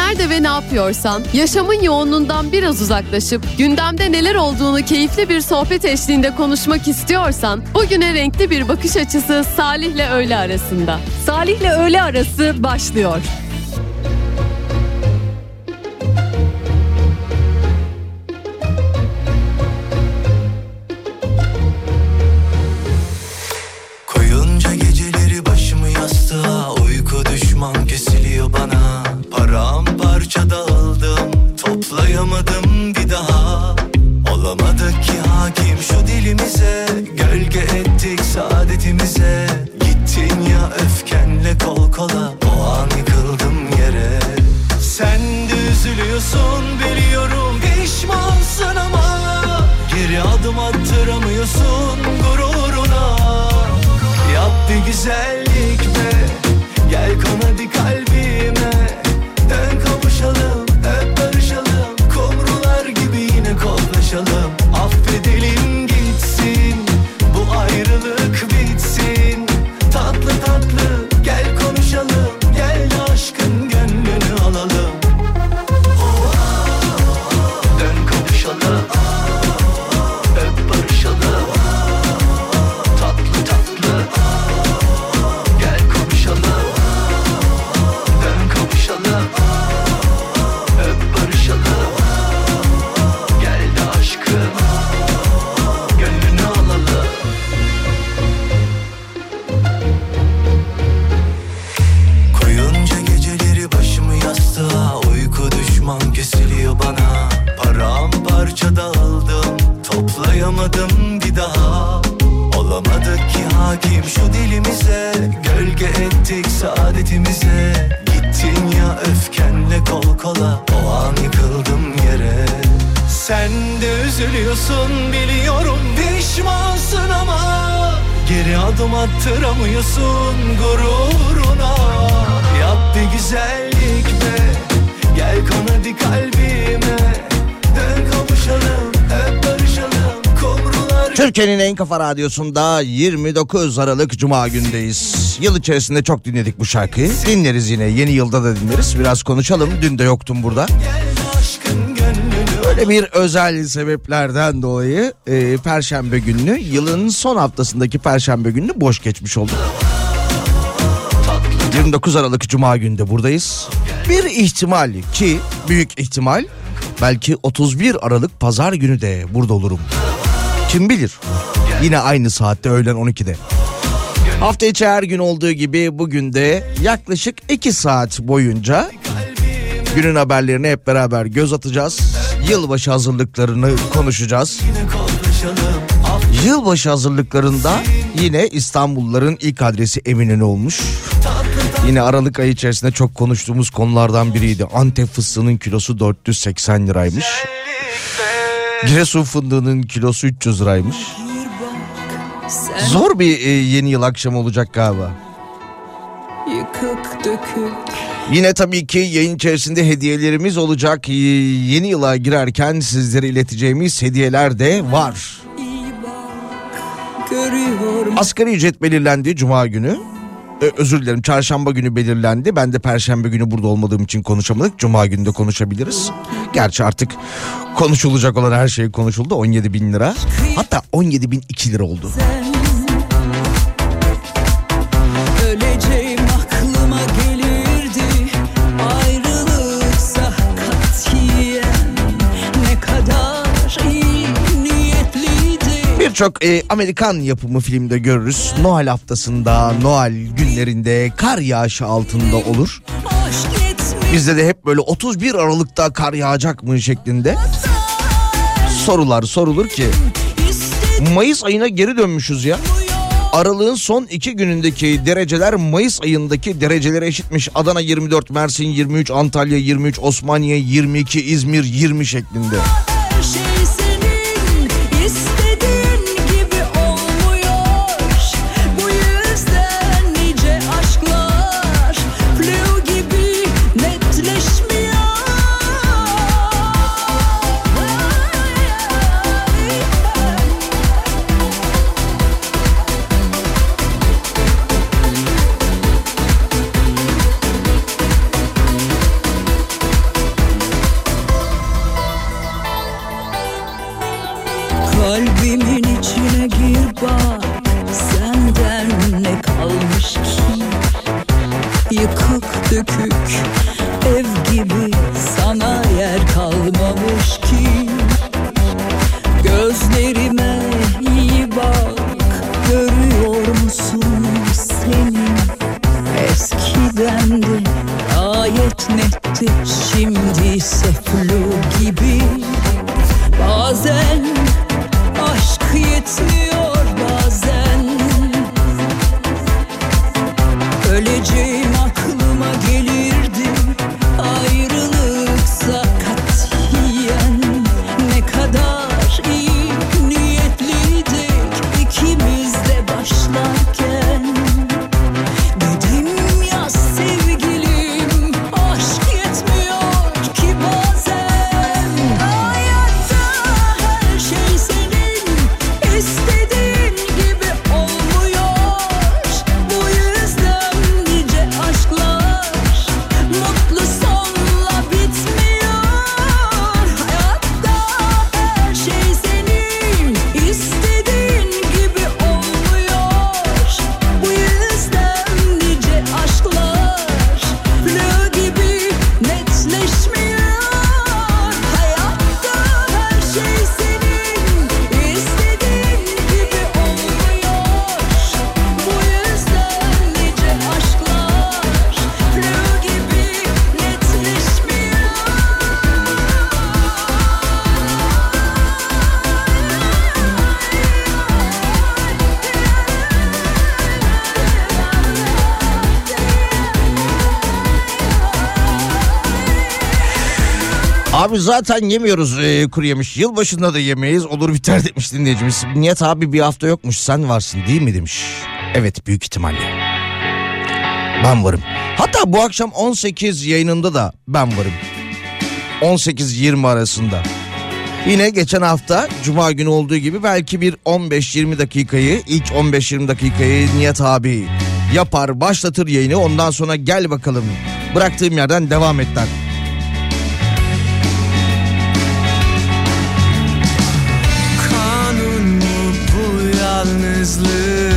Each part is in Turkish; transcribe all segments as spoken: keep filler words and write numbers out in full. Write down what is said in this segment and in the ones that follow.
Nerede ve ne yapıyorsan, yaşamın yoğunluğundan biraz uzaklaşıp gündemde neler olduğunu keyifli bir sohbet eşliğinde konuşmak istiyorsan, bugüne renkli bir bakış açısı Salih'le öğle arasında. Salih'le öğle arası başlıyor. Koyunca geceleri başımı yastığa, uyku düşman kesiliyor bana. Paramparça dağıldım, toplayamadım bir daha. Olamadık ki hakim şu dilimize, gölge ettik saadetimize. Gittin ya öfkenle kol kola, o an yıkıldım yere. Sen de üzülüyorsun biliyorum, pişmansın ama geri adım attıramıyorsun gururuna. Yap bir güzellik be, gel kon hadi kalbime. Dön kavuşalım, öp barışalım, kumrular gibi yine kollaşalım. Affedelim gitsin, bu ayrılık bitsin. Tatlı tatlı gel konuşalım, gel de aşkın gönlünü alalım. Dön kavuşalım, öp barışalım. Tatlı tatlı gel konuşalım, dön kavuşalım, öp barışalım. Gel de aşkın gönlünü alalım. Koyunca geceleri başımı yastığa, uyku düşman kesiliyor bana. Paramparça dağıldım, toplayamadım bir daha. Olamadık ki hakim şu dilimize, gölge ettik saadetimize. Gittin ya öfkenle kol kola, o an yıkıldım yere. Sen de üzülüyorsun biliyorum, pişmansın ama geri adım attıramıyorsun gururuna. Yap bir güzellik be, gel kon hadi kalbime. Dön kavuşalım, öp barışalım, kumrular. Türkiye'nin en kafa radyosunda yirmi dokuz Aralık Cuma gündeyiz. Yıl içerisinde çok dinledik bu şarkıyı. Dinleriz yine, yeni yılda da dinleriz. Biraz konuşalım. Dün de yoktum burada. Öyle bir özel sebeplerden dolayı e, Perşembe gününü, yılın son haftasındaki Perşembe gününü boş geçmiş olduk. yirmi dokuz Aralık Cuma günde buradayız. Bir ihtimal ki büyük ihtimal belki otuz bir Aralık Pazar günü de burada olurum. Kim bilir? Yine aynı saatte öğlen on ikide. Hafta içi her gün olduğu gibi bugün de yaklaşık iki saat boyunca günün haberlerine hep beraber göz atacağız. Yılbaşı hazırlıklarını konuşacağız. Yılbaşı hazırlıklarında yine İstanbulluların ilk adresi Eminönü olmuş. Yine Aralık ayı içerisinde çok konuştuğumuz konulardan biriydi. Antep fıstığının kilosu dört yüz seksen liraymış. Giresun fındığının kilosu üç yüz liraymış. Zor bir e, yeni yıl akşamı olacak galiba. Yıkık dökük. Yine tabii ki yayın içerisinde hediyelerimiz olacak. Yeni yıla girerken sizlere ileteceğimiz hediyeler de var. Asgari ücret belirlendi Cuma günü. Ee, özür dilerim, Çarşamba günü belirlendi. Ben de Perşembe günü burada olmadığım için konuşamadık. Cuma günü de konuşabiliriz. Gerçi artık konuşulacak olan her şey konuşuldu. on yedi bin lira. Hatta on yedi bin iki lira oldu. Öleceğim aklıma gelirdi, ayrılıksa katiyen ne kadar iyi niyetliydi. Birçok e, Amerikan yapımı filmde görürüz. Noel haftasında, Noel günlerinde kar yağışı altında olur. Bizde de hep böyle otuz bir Aralık'ta kar yağacak mı şeklinde sorular sorulur ki Mayıs ayına geri dönmüşüz ya. Aralığın son iki günündeki dereceler Mayıs ayındaki derecelere eşitmiş. Adana yirmi dört, Mersin yirmi üç, Antalya yirmi üç, Osmaniye yirmi iki, İzmir yirmi şeklinde. ev gibi sana yer kalmamış ki. Gözlerime iyi bak, görüyor musun seni? Eskiden de gayet netti, şimdi ise flu gibi. Bazen aşk yetmiyor, bazen öleceğim aklıma gelirdi. Ayrılıksa katiyen ne kadar iyi niyetliydik ikimiz de başlarken. Dedim ya sevgilim, aşk yetmiyor ki bazen. Hayatta her şey senin istediğin gibi olmuyor. Bu yüzden nice aşklar mutlu sonla bitmiyor. Hayatta her şey senin istediğin gibi olmuyor. Bu yüzden nice aşklar flu gibi netleşmiyor. Hayatta her şey senin istediğin gibi olmuyor. Bu yüzden nice aşklar flu gibi netleşmiyor. Abi zaten yemiyoruz e, kuru yemiş. Yılbaşında da yemeyiz, olur biter demiş dinleyicimiz. Nihat abi bir hafta yokmuş, sen varsın değil mi demiş. Evet, büyük ihtimalle. Ben varım. Hatta bu akşam on sekiz yayınında da ben varım. on sekiz yirmi arasında. Yine geçen hafta Cuma günü olduğu gibi belki bir on beş yirmi dakikayı, ilk on beş yirmi dakikayı Nihat abi yapar, başlatır yayını. Ondan sonra gel bakalım bıraktığım yerden devam et der. Kanun mu bu yalnızlık?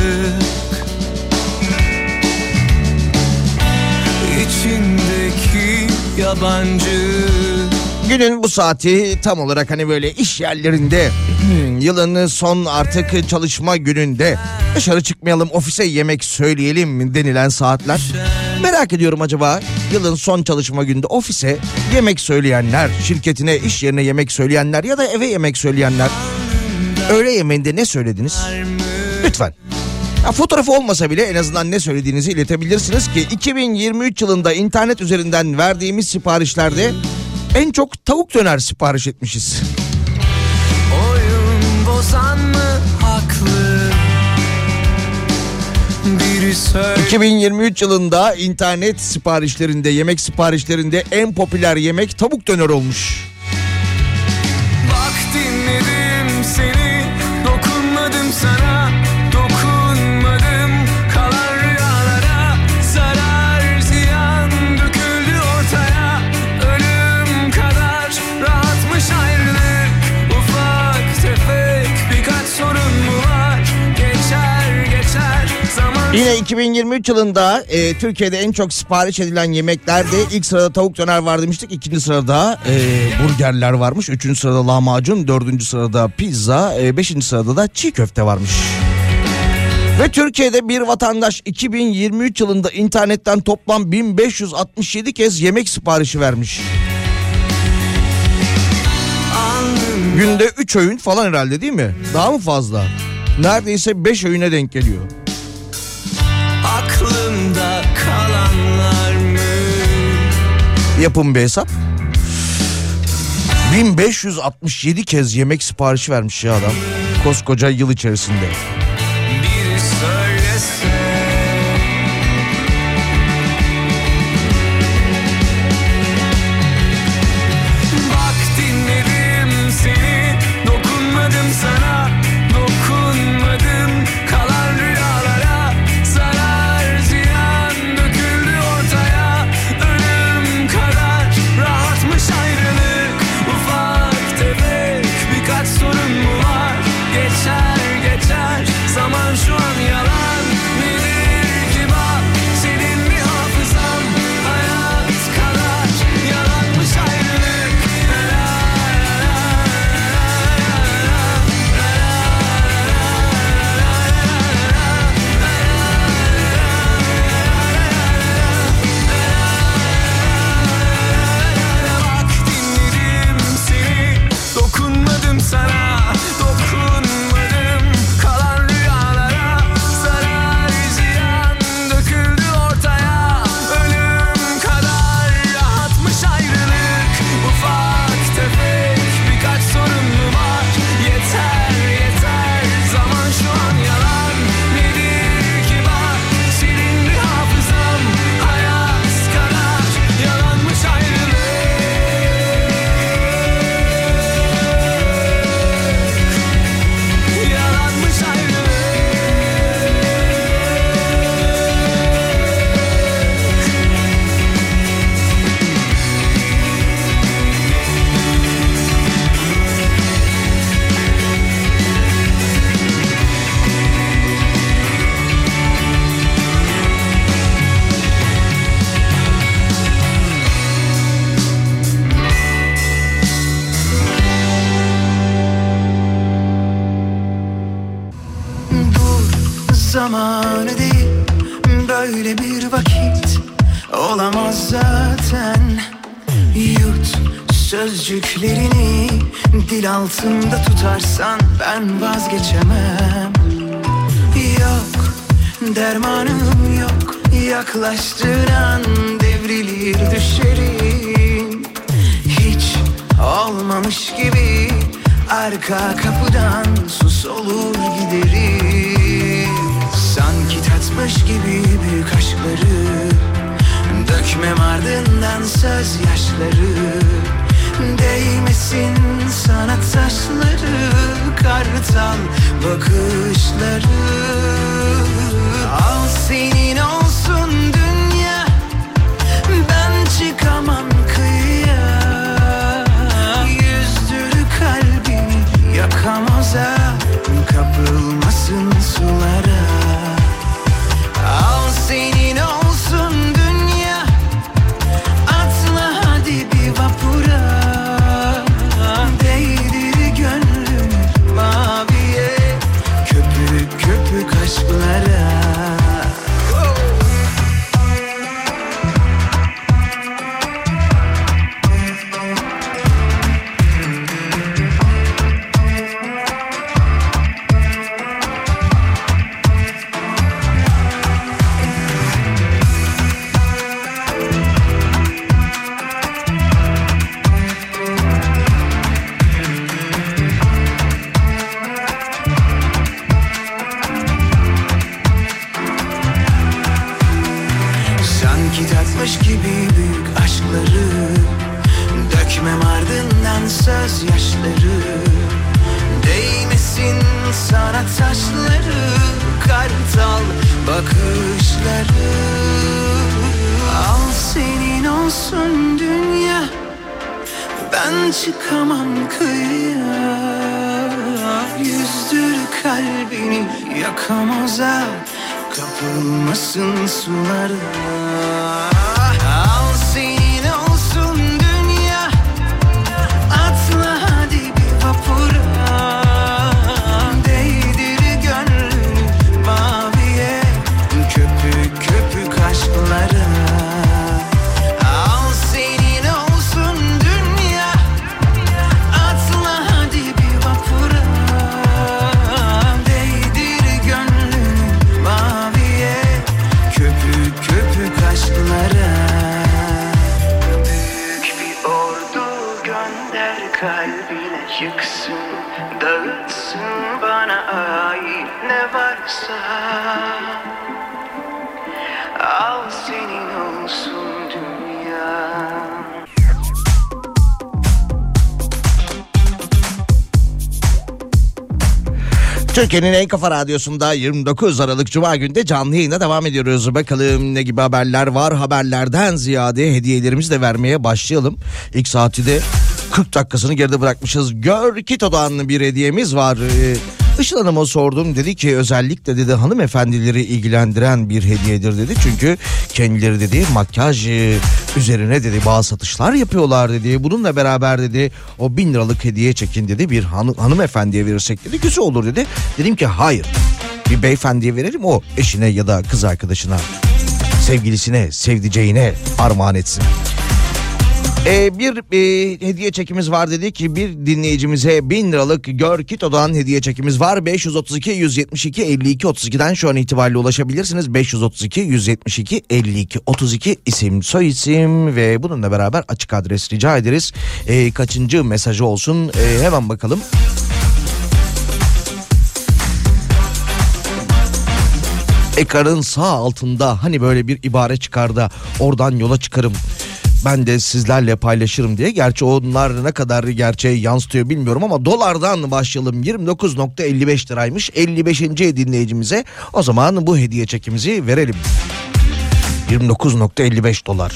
İçindeki yabancı. Günün bu saati tam olarak hani böyle iş yerlerinde yılın son artık çalışma gününde dışarı çıkmayalım, ofise yemek söyleyelim denilen saatler. Merak ediyorum, acaba yılın son çalışma gününde ofise yemek söyleyenler, şirketine, iş yerine yemek söyleyenler ya da eve yemek söyleyenler, öğle yemeğinde ne söylediniz? Lütfen. Ya fotoğrafı olmasa bile en azından ne söylediğinizi iletebilirsiniz ki iki bin yirmi üç yılında internet üzerinden verdiğimiz siparişlerde en çok tavuk döner sipariş etmişiz. Oyun bozan mı haklı? Biri söyle. iki bin yirmi üç yılında internet siparişlerinde, yemek siparişlerinde en popüler yemek tavuk döner olmuş. Bak dinledim seni, dokunmadım sana, dokunmadım kalan rüyalara. Zarar ziyan döküldü ortaya, ölüm kadar rahatmış ayrılık. Ufak tefek birkaç sorun mu var, geçer geçer zaman. Yine iki bin yirmi üç yılında e, Türkiye'de en çok sipariş edilen yemeklerde ilk sırada tavuk döner var demiştik. İkinci sırada e, burgerler varmış. Üçüncü sırada lahmacun. Dördüncü sırada pizza. E, beşinci sırada da çiğ köfte varmış. Ve Türkiye'de bir vatandaş iki bin yirmi üç yılında internetten toplam bin beş yüz altmış yedi kez yemek siparişi vermiş. Günde üç öğün falan herhalde, değil mi? Daha mı fazla? Neredeyse beş öğüne denk geliyor. Aklımda kalanlar mı? Yapın bir hesap. bin beş yüz altmış yedi kez yemek siparişi vermiş ya adam. Koskoca yıl içerisinde. Biri söylese. Bak dinledim seni, dokunmadım sana, dokunmadım kalan rüyalara. Zarar ziyan döküldü ortaya, ölüm kadar rahatmış ayrılık. Ufak tefek birkaç sorun mu var, geçer geçer vakit olamaz zaten. Yut sözcüklerini, dil altında tutarsan ben vazgeçemem. Yok dermanım yok, yaklaştığın an devrilir düşerim. Hiç olmamış gibi arka kapıdan sus olur giderim. Sanki tatmış gibi büyük aşkları, dökmem ardından söz yaşları. Değmesin sana taşları, kartal bakışları. Al senin olsun dünya, ben çıkamam kıyıya. Yüzdür kalbimi yakamoza, kapılmasın sulara. Al senin olsun dünya, atla hadi bir vapura. Değdir gönlüm maviye, köpük köpük aşklara. Gibi büyük aşkları, dökmem ardından söz yaşları. Değmesin sana taşları, kartal bakışları. Al senin olsun dünya, ben çıkamam kıyıya. Yüzdür kalbini yakamoza, kapılmasın sulara. Al senin olsun dünya, atla hadi bir vapura. Değdir gönlünü maviye, köpük köpük aşklara. Al senin olsun dünya, atla hadi bir vapura. Değdir gönlünü maviye, köpük köpük aşklara. Büyük bir ordu gönder kalbine, yıksın dağıtsın bana ait ne varsa. Al senin olsun dünya. Türkiye'nin en kafa radyosunda yirmi dokuz Aralık Cuma günde canlı yayına devam ediyoruz. Bakalım ne gibi haberler var. Haberlerden ziyade hediyelerimizi de vermeye başlayalım. İlk saati de kırk dakikasını geride bırakmışız. Gör Kito'dan bir hediyemiz var. Ee, Işıl Hanım'a sordum, dedi ki özellikle dedi hanımefendileri ilgilendiren bir hediyedir dedi. Çünkü kendileri dedi makyaj üzerine dedi bazı satışlar yapıyorlar dedi. Bununla beraber dedi o bin liralık hediye çekin dedi, bir hanım, hanımefendiye verirsek dedi güzel olur dedi. Dedim ki hayır, bir beyefendiye verelim, o eşine ya da kız arkadaşına, sevgilisine, sevdiceğine armağan etsin. Ee, bir e, hediye çekimiz var dedi ki bir dinleyicimize bin liralık Gör Kito'dan hediye çekimiz var. beş yüz otuz iki yüz yetmiş iki elli iki otuz iki'den şu an itibariyle ulaşabilirsiniz. beş yüz otuz iki yüz yetmiş iki elli iki otuz iki isim soy isim ve bununla beraber açık adres rica ederiz. Ee, kaçıncı mesajı olsun ee, hemen bakalım. Ekranın sağ altında hani böyle bir ibare çıkar da oradan yola çıkarım, ben de sizlerle paylaşırım diye. Gerçi onlar ne kadar gerçeğe yansıtıyor bilmiyorum ama dolardan başlayalım. yirmi dokuz virgül elli beş liraymış. elli beşinci dinleyicimize o zaman bu hediye çekimizi verelim. yirmi dokuz virgül elli beş dolar.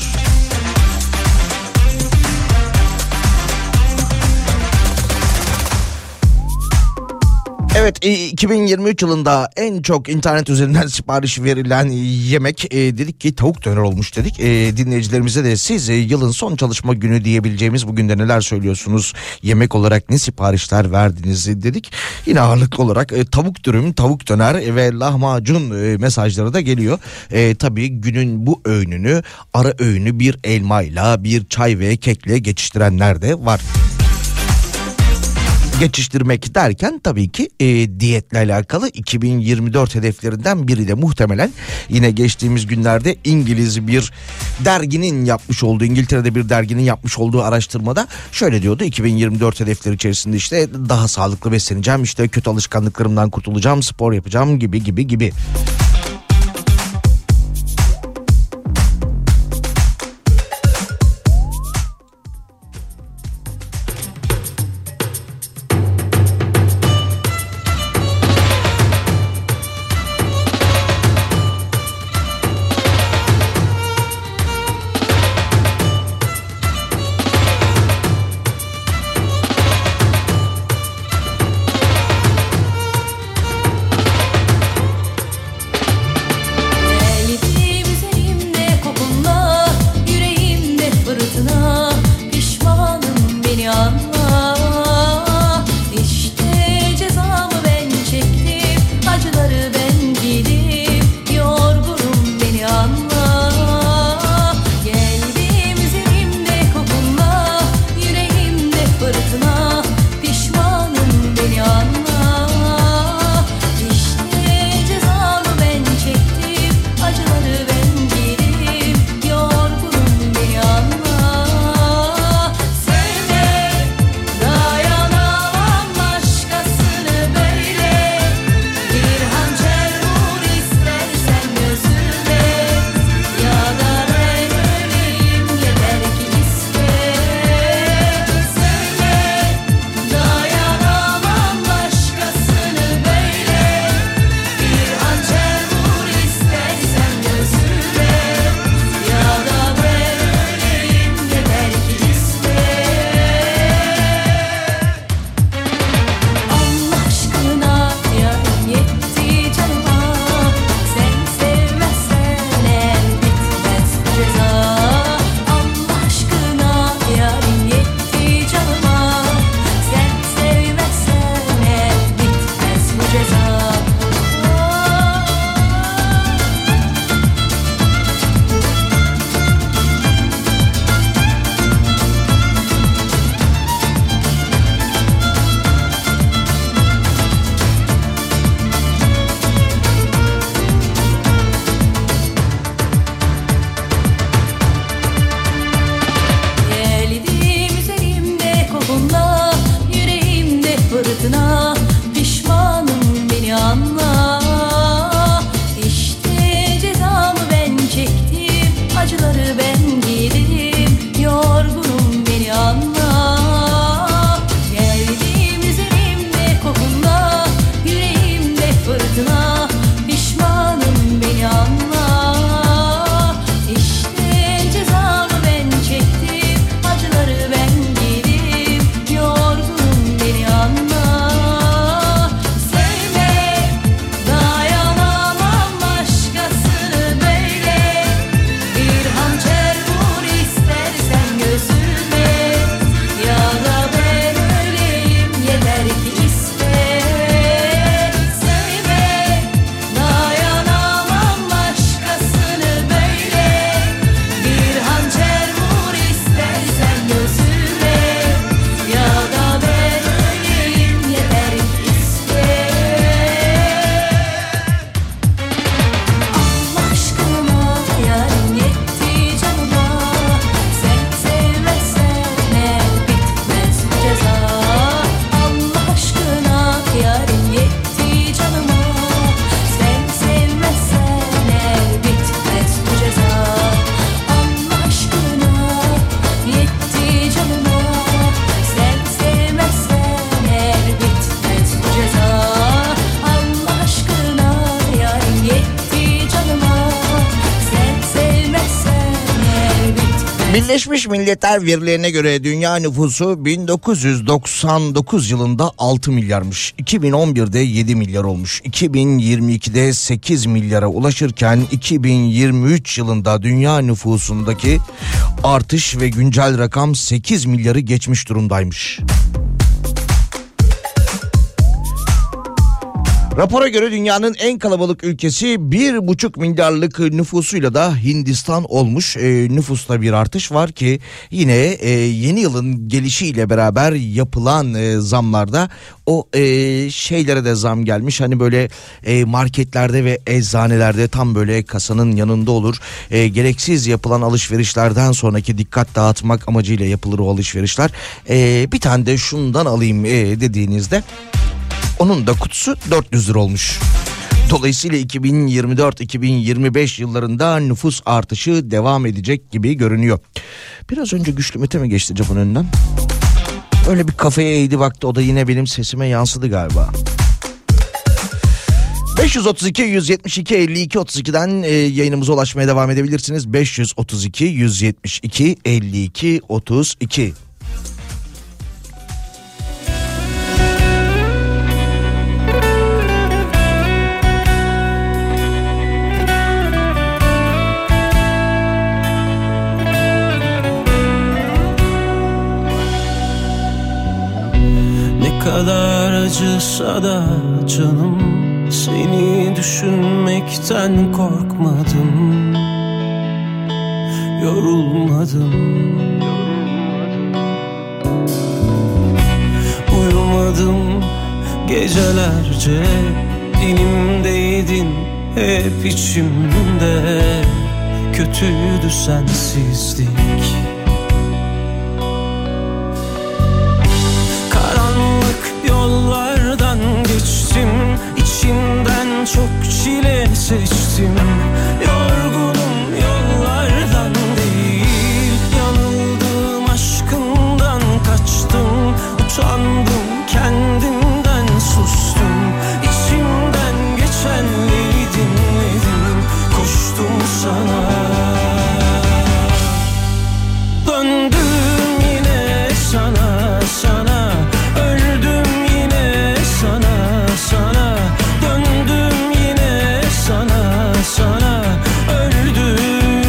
Evet, iki bin yirmi üç yılında en çok internet üzerinden sipariş verilen yemek e, dedik ki tavuk döner olmuş dedik. E, dinleyicilerimize de siz e, yılın son çalışma günü diyebileceğimiz bugün de neler söylüyorsunuz? Yemek olarak ne siparişler verdiniz dedik. Yine ağırlıklı olarak e, tavuk dürüm, tavuk döner ve lahmacun e, mesajları da geliyor. E, tabii günün bu öğününü, ara öğünü bir elmayla, bir çay ve kekle geçiştirenler de var. Geçiştirmek derken tabii ki e, diyetle alakalı iki bin yirmi dört hedeflerinden biri de muhtemelen yine geçtiğimiz günlerde İngiliz bir derginin yapmış olduğu, İngiltere'de bir derginin yapmış olduğu araştırmada şöyle diyordu: iki bin yirmi dört hedefleri içerisinde işte daha sağlıklı besleneceğim, işte kötü alışkanlıklarımdan kurtulacağım, spor yapacağım gibi gibi gibi. Çektim, acıları ben giderim, yorgunum beni anla. İşte cezamı ben çektim, acıları ben giderim, yorgunum beni anla. Birleşmiş Milletler verilerine göre dünya nüfusu bin dokuz yüz doksan dokuz yılında altı milyarmış. iki bin on birde yedi milyar olmuş. iki bin yirmi ikide sekiz milyara ulaşırken iki bin yirmi üç yılında dünya nüfusundaki artış ve güncel rakam sekiz milyarı geçmiş durumdaymış. Rapora göre dünyanın en kalabalık ülkesi bir buçuk milyarlık nüfusuyla da Hindistan olmuş. E, nüfusta bir artış var ki yine e, yeni yılın gelişiyle beraber yapılan e, zamlarda o e, şeylere de zam gelmiş. Hani böyle e, marketlerde ve eczanelerde tam böyle kasanın yanında olur. E, gereksiz yapılan alışverişlerden sonraki dikkat dağıtmak amacıyla yapılır o alışverişler. E, bir tane de şundan alayım e, dediğinizde onun da kutusu dört yüz lira olmuş. Dolayısıyla iki bin yirmi dört iki bin yirmi beş yıllarında nüfus artışı devam edecek gibi görünüyor. Biraz önce Güçlü Mete mi geçti camın önünden? Öyle bir kafeye eğdi baktı, o da yine benim sesime yansıdı galiba. beş yüz otuz iki yüz yetmiş iki elli iki otuz iki'den e, yayınımıza ulaşmaya devam edebilirsiniz. beş yüz otuz iki yüz yetmiş iki elli iki otuz iki. Ne kadar acısa da canım, seni düşünmekten korkmadım, yorulmadım. Uyumadım gecelerce, dilimdeydin hep içimde. Kötüydü sensizlik. Yollardan geçtim, içinden çok çile seçtim. Yorgunum yollardan değil, yanıldım aşkından kaçtım. Utandım kendimden sustum, içimden geçenleri dinledim, koştum sana. Döndüm yine sana, sana öldüm. Sana, sana döndüm yine sana, sana öldüm.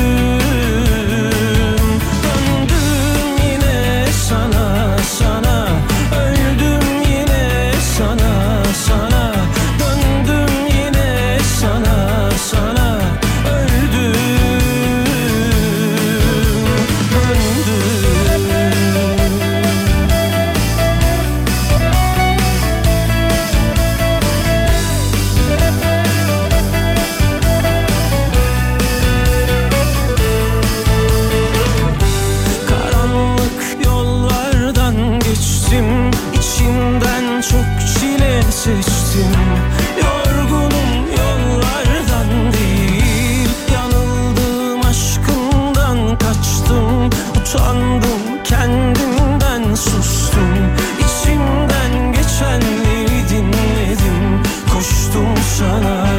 Döndüm yine sana, sana öldüm yine sana, sana döndüm yine sana, sana öldüm. Seçtim. Yorgunum yollardan değil, yanıldım aşkından kaçtım. Utandım kendimden sustum, içimden geçenleri dinledim, koştum sana.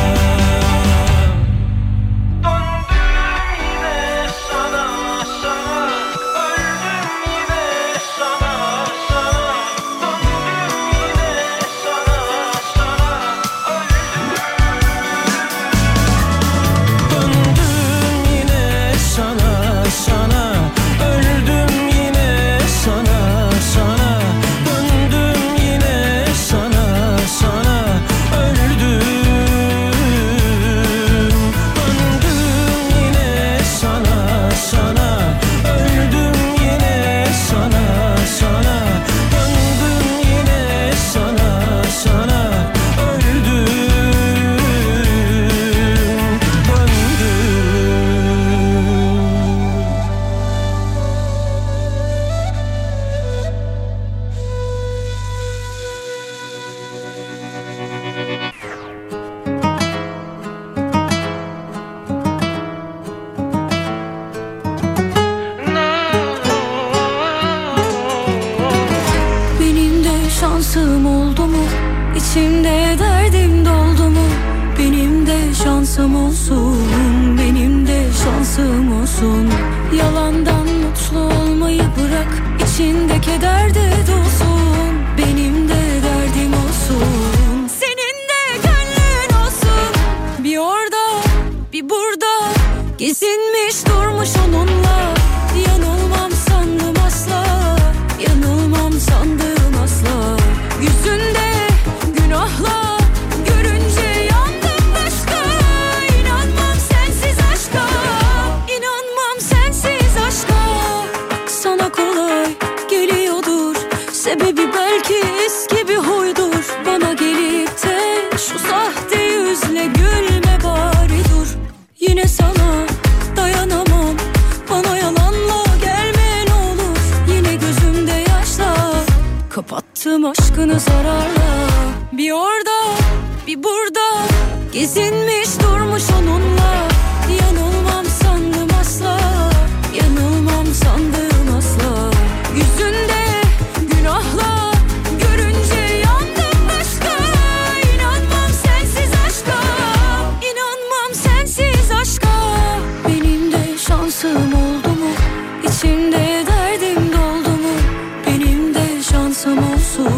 şansım oldu mu? İçimde derdim doldu mu? Benim de şansım olsun, benim de şansım olsun. Yalandan mutlu olmayı bırak, içinde keder de dolsun, benim de derdim olsun. Senin de gönlün olsun, bir orada bir burada, gezinmiş durmuş onunla. Yanılmam sandım asla, yanılmam sandım asla. Yüzünde günahla görünce yandım başka. İnanmam sensiz aşka, inanmam sensiz aşka. Sana kolay geliyordur, sebebi belki eski bir huydur. Bana gelip de şu sahte yüzle gülme bari dur. Yine sana dayanamam, bana yalanla gelme ne olur. Yine gözümde yaşla kapattım aşkını zararla. Bir orada bir burada, gezinmiş durmuş onunla. Yanılmam sandım asla, yanılmam sandım asla. Yüzünde günahla görünce yandım başka. İnanmam sensiz aşka, inanmam sensiz aşka. Benim de şansım oldu mu, içimde derdim doldu mu? Benim de şansım olsun,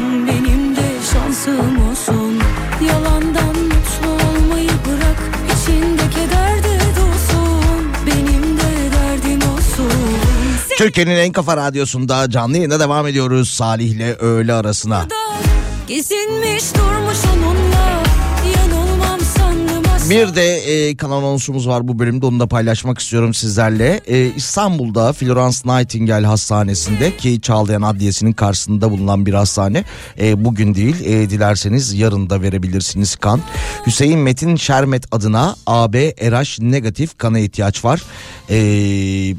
benim de şansım olsun. Yalandan mutlu olmayı bırak, içinde keder de dolsun, benim de derdim olsun. Türkiye'nin en kafa radyosunda canlı yayına devam ediyoruz Salih'le öğle arasına. Gezinmiş durmuş onunla, yanılmam sandım asla. Bir de e, kanal anonsumuz var bu bölümde, onu da paylaşmak istiyorum sizlerle. E, İstanbul'da Florence Nightingale Hastanesi'nde, ki Çağlayan Adliyesi'nin karşısında bulunan bir hastane. E, bugün değil, e, dilerseniz yarın da verebilirsiniz kan. Hüseyin Metin Şermet adına A B R H negatif kana ihtiyaç var. Eee...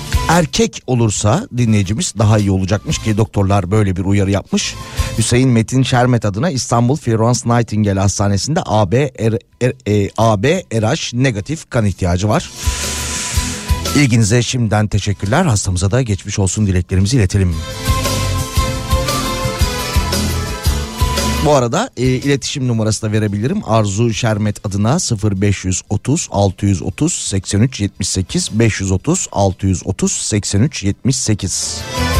Erkek olursa dinleyicimiz daha iyi olacakmış ki doktorlar böyle bir uyarı yapmış. Hüseyin Metin Şermet adına İstanbul Florence Nightingale Hastanesi'nde A B R, R, e, A B R H negatif kan ihtiyacı var. İlginize şimdiden teşekkürler. Hastamıza da geçmiş olsun dileklerimizi iletelim. Bu arada e, iletişim numarası da verebilirim. Arzu Şermet adına sıfır beş otuz altı yüz otuz seksen üç yetmiş sekiz beş yüz otuz altı yüz otuz seksen üç yetmiş sekiz.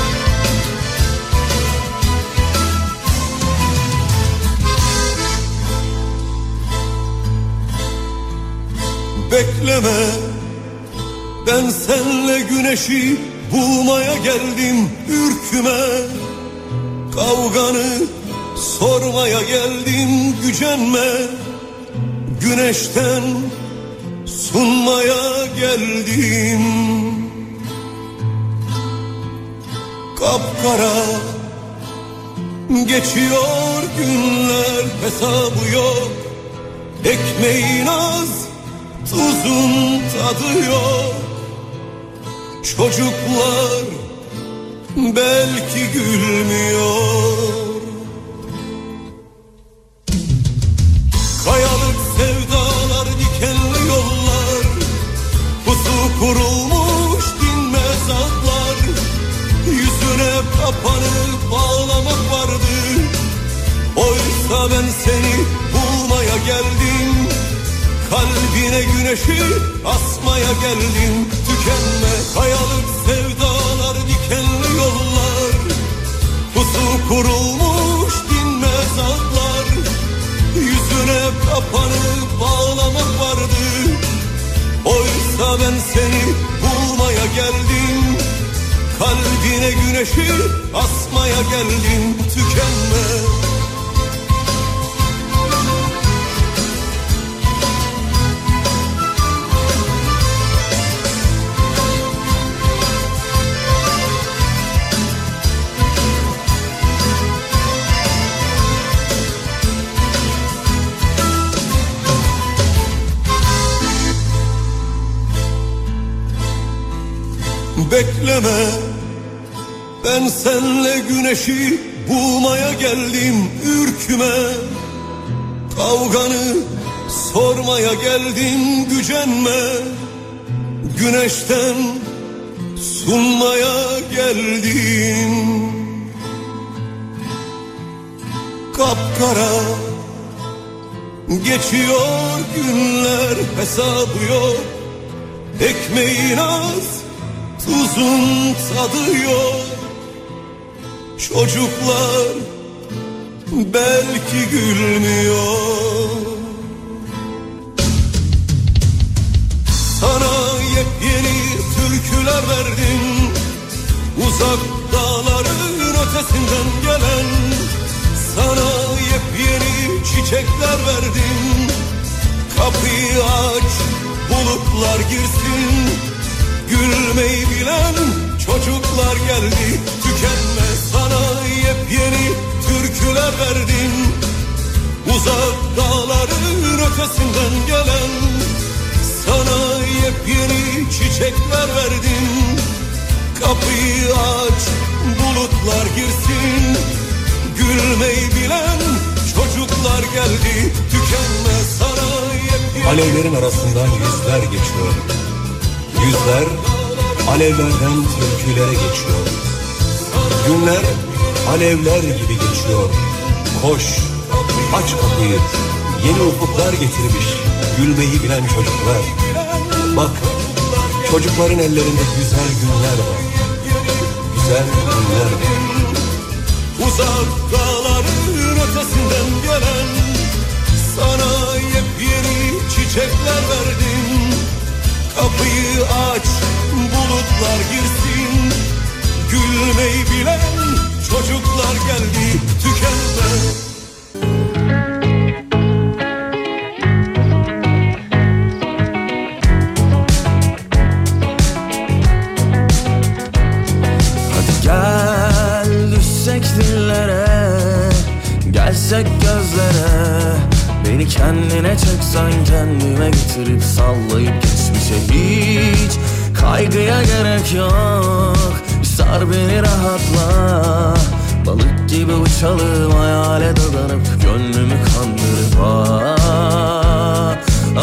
Bekleme, ben senle güneşi bulmaya geldim, ürküme. Kavganı sormaya geldim, gücenme. Güneşten sunmaya geldim. Kapkara geçiyor günler, hesabı yok. Ekmeğin az, tuzun tadı yok. Çocuklar belki gülmüyor. Kayalık sevdalar, dikenli yollar, pusu kurulmuş dinmez atlar. Yüzüne kapanıp ağlamak vardı. Oysa ben seni bulmaya geldim. Kalbine güneşi asmaya geldim. Tükenme, kayalık sevdalar, dikenli yollar, pusu kurulmuş dinmez atlar. Yüzüne kapanıp ağlamak vardı. Oysa ben seni bulmaya geldim. Kalbine güneşi asmaya geldim. Tükenme. Bekleme, ben senle güneşi bulmaya geldim, ürküme. Kavganı sormaya geldim, gücenme. Güneşten sunmaya geldim. Kapkara geçiyor günler, hesabı yok. Ekmeğin az, tuzun tadı yok. Çocuklar belki gülmüyor. Sana yepyeni türküler verdim, uzak dağların ötesinden gelen. Sana yepyeni çiçekler verdim, kapıyı aç, bulutlar girsin. Gülmeyi bilen çocuklar geldi, tükenmez. Sana yepyeni türküler verdim, uzak dağların ötesinden gelen. Sana yepyeni çiçekler verdim, kapıyı aç, bulutlar girsin. Gülmeyi bilen çocuklar geldi, tükenmez. Sana yepyeni... Alevlerin arasından yüzler geçiyor. Yüzler alevlerden türkülere geçiyor. Günler alevler gibi geçiyor. Koş, aç kapıyı, yeni ufuklar getirmiş gülmeyi bilen çocuklar. Bak, çocukların ellerinde güzel günler var. Güzel günler var. Uzak dağların ötesinden gelen, sana yepyeni çiçekler verdim. Kapıyı aç, bulutlar girsin. Gülmeyi bilen çocuklar geldi, tükenmez. Hadi gel düşsek dillere, gelsek gözlere. Beni kendine çeksen kendime getirip sallayıp geçmişe hiç kaygıya gerek yok. Sar beni rahatla, balık gibi uçalım hayale dadanıp gönlümü kandırıp ah,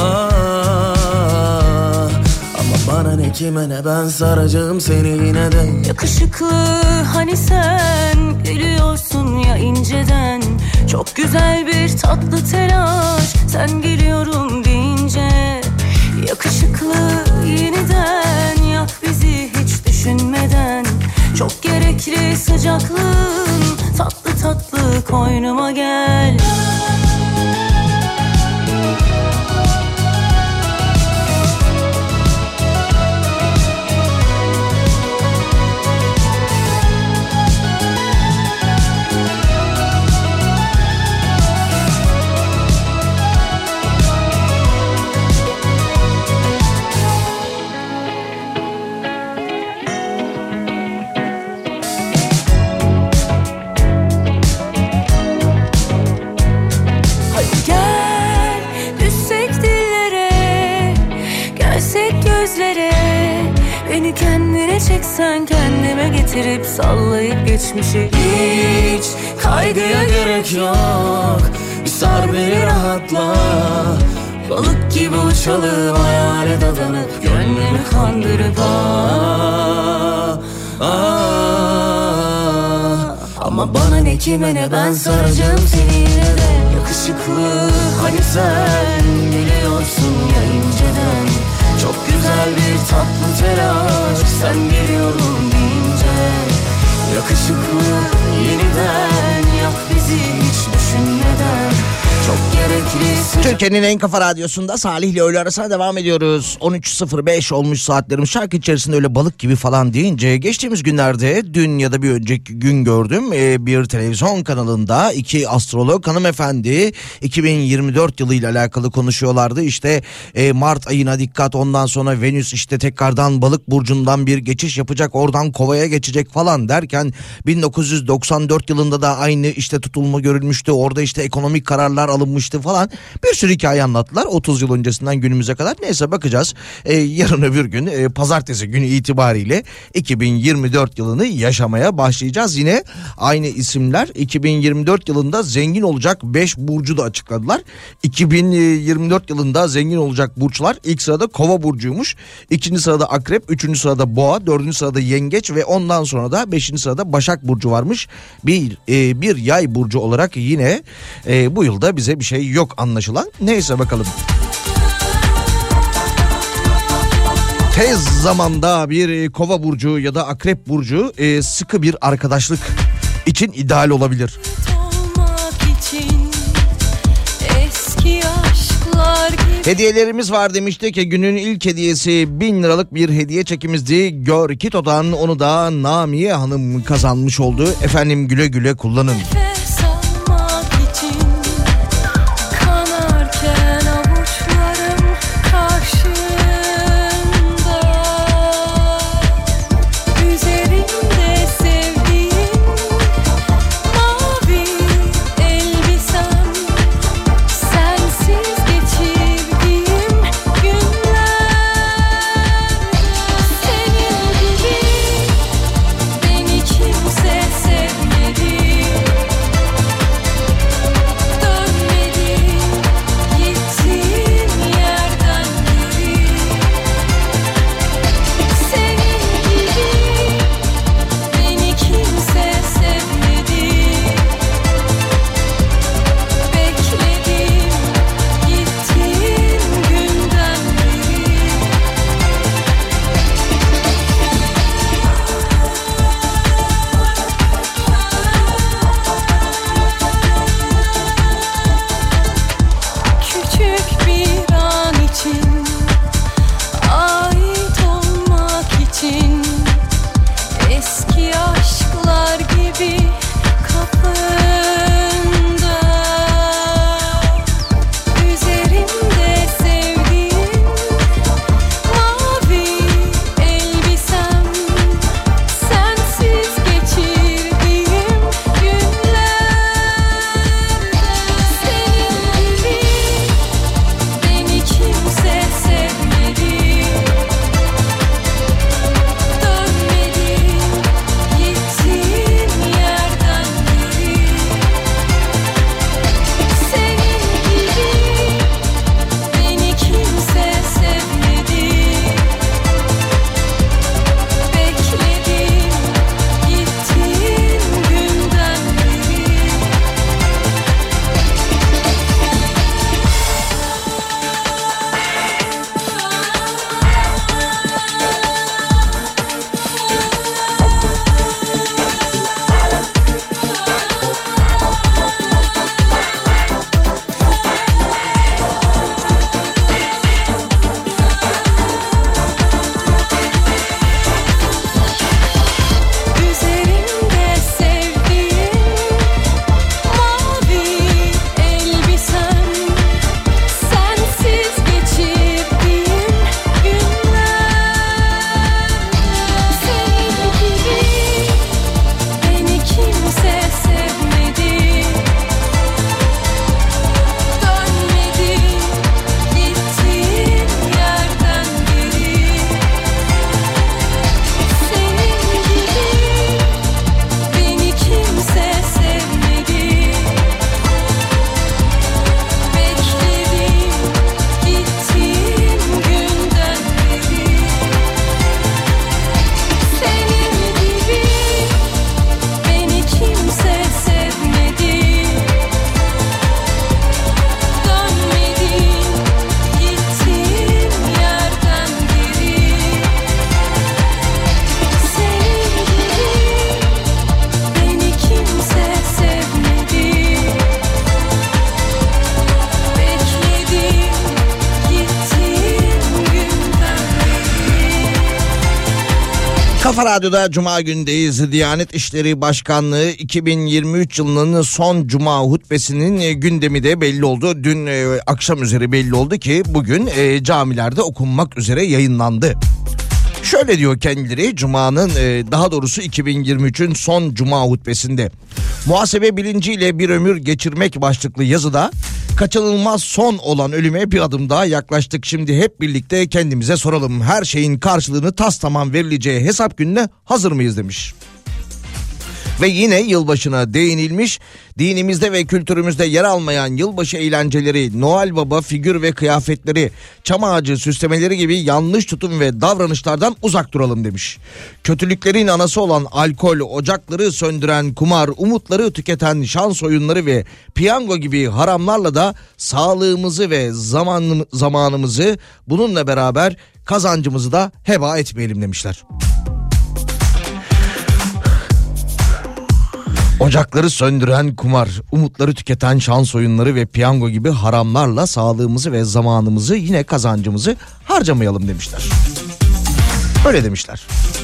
ah. Ama bana ne kime ne ben saracağım seni yine de. Yakışıklı hani sen gülüyorsun ya inceden. Çok güzel bir tatlı telaş sen geliyorum deyince. Yakışıklı yeniden yak bizi hiç düşünmeden. Çok gerekli sıcaklığın tatlı tatlı koynuma gel. Beni kendine çeksen kendime getirip sallayıp geçmişi hiç kaygıya gerek yok. Bir sar beni rahatla, balık gibi uçalım hayale dadanıp gönlümü kandırıp ah, ah. Ama bana ne kime ne ben saracağım seni yine de. Yakışıklı hani sen geliyorsun ya inceden. Çok güzel bir tatlı telaş sen geliyorum deyince. Yakışıklı yeniden yak bizi hiç düşünmeden. Çok gerekli. Türkiye'nin en kafa radyosunda Salih ile öğle arasına devam ediyoruz. on üç sıfır beş olmuş saatlerimiz. Şarkı içerisinde öyle balık gibi falan deyince geçtiğimiz günlerde dün ya da bir önceki gün gördüm. Ee, bir televizyon kanalında iki astrolog hanımefendi iki bin yirmi dört yılıyla alakalı konuşuyorlardı. İşte e, Mart ayına dikkat, ondan sonra Venüs işte tekrardan balık burcundan bir geçiş yapacak, oradan kovaya geçecek falan derken bin dokuz yüz doksan dört yılında da aynı işte tutulma görülmüştü. Orada işte ekonomik kararlar alınmıştı falan. Bir sürü hikaye anlattılar otuz yıl öncesinden günümüze kadar. Neyse bakacağız. Ee, yarın öbür gün e, pazartesi günü itibariyle iki bin yirmi dört yılını yaşamaya başlayacağız. Yine aynı isimler iki bin yirmi dört yılında zengin olacak beş burcu da açıkladılar. iki bin yirmi dört yılında zengin olacak burçlar ilk sırada Kova burcuymuş. İkinci sırada Akrep, üçüncü sırada Boğa, dördüncü sırada Yengeç ve ondan sonra da beşinci sırada Başak burcu varmış. Bir e, bir Yay burcu olarak yine e, bu yılda bize bir şey yok anlaşılan. Neyse bakalım. Tez zamanda bir Kova burcu ya da Akrep burcu e, sıkı bir arkadaşlık için ideal olabilir. Hediyelerimiz var demiştik ki günün ilk hediyesi bin liralık bir hediye çekimizdi. Gör Kito'dan, onu da Namiye Hanım kazanmış oldu. Efendim güle güle kullanın. Kafa Radyo'da Cuma gündeyiz. Diyanet İşleri Başkanlığı iki bin yirmi üç yılının son Cuma hutbesinin gündemi de belli oldu. Dün e, akşam üzeri belli oldu ki bugün e, camilerde okunmak üzere yayınlandı. Şöyle diyor kendileri Cuma'nın e, daha doğrusu iki bin yirmi üçün son Cuma hutbesinde. Muhasebe bilinciyle bir ömür geçirmek başlıklı yazıda kaçınılmaz son olan ölüme bir adım daha yaklaştık. Şimdi hep birlikte kendimize soralım. Her şeyin karşılığını tastamam verileceği hesap gününe hazır mıyız demiş. Ve yine yılbaşına değinilmiş. Dinimizde ve kültürümüzde yer almayan yılbaşı eğlenceleri, Noel Baba figür ve kıyafetleri, çam ağacı süslemeleri gibi yanlış tutum ve davranışlardan uzak duralım demiş. Kötülüklerin anası olan alkol, ocakları söndüren kumar, umutları tüketen şans oyunları ve piyango gibi haramlarla da sağlığımızı ve zaman, zamanımızı bununla beraber kazancımızı da heba etmeyelim demişler. Ocakları söndüren kumar, umutları tüketen şans oyunları ve piyango gibi haramlarla sağlığımızı ve zamanımızı, yine kazancımızı harcamayalım demişler. Öyle demişler.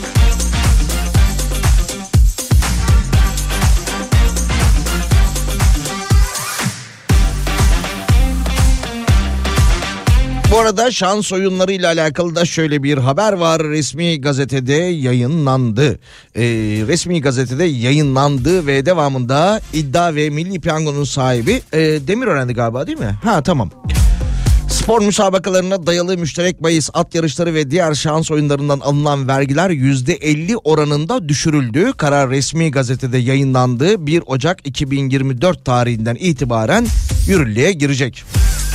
Bu arada şans oyunları ile alakalı da şöyle bir haber var. Resmi gazetede yayınlandı. Ee, resmi gazetede yayınlandı ve devamında iddia ve Milli Piyango'nun sahibi e, Demirören'di galiba, değil mi? Ha, tamam. Spor müsabakalarına dayalı müşterek bahis, at yarışları ve diğer şans oyunlarından alınan vergiler yüzde elli oranında düşürüldü. Karar resmi gazetede yayınlandı. bir Ocak iki bin yirmi dört tarihinden itibaren yürürlüğe girecek.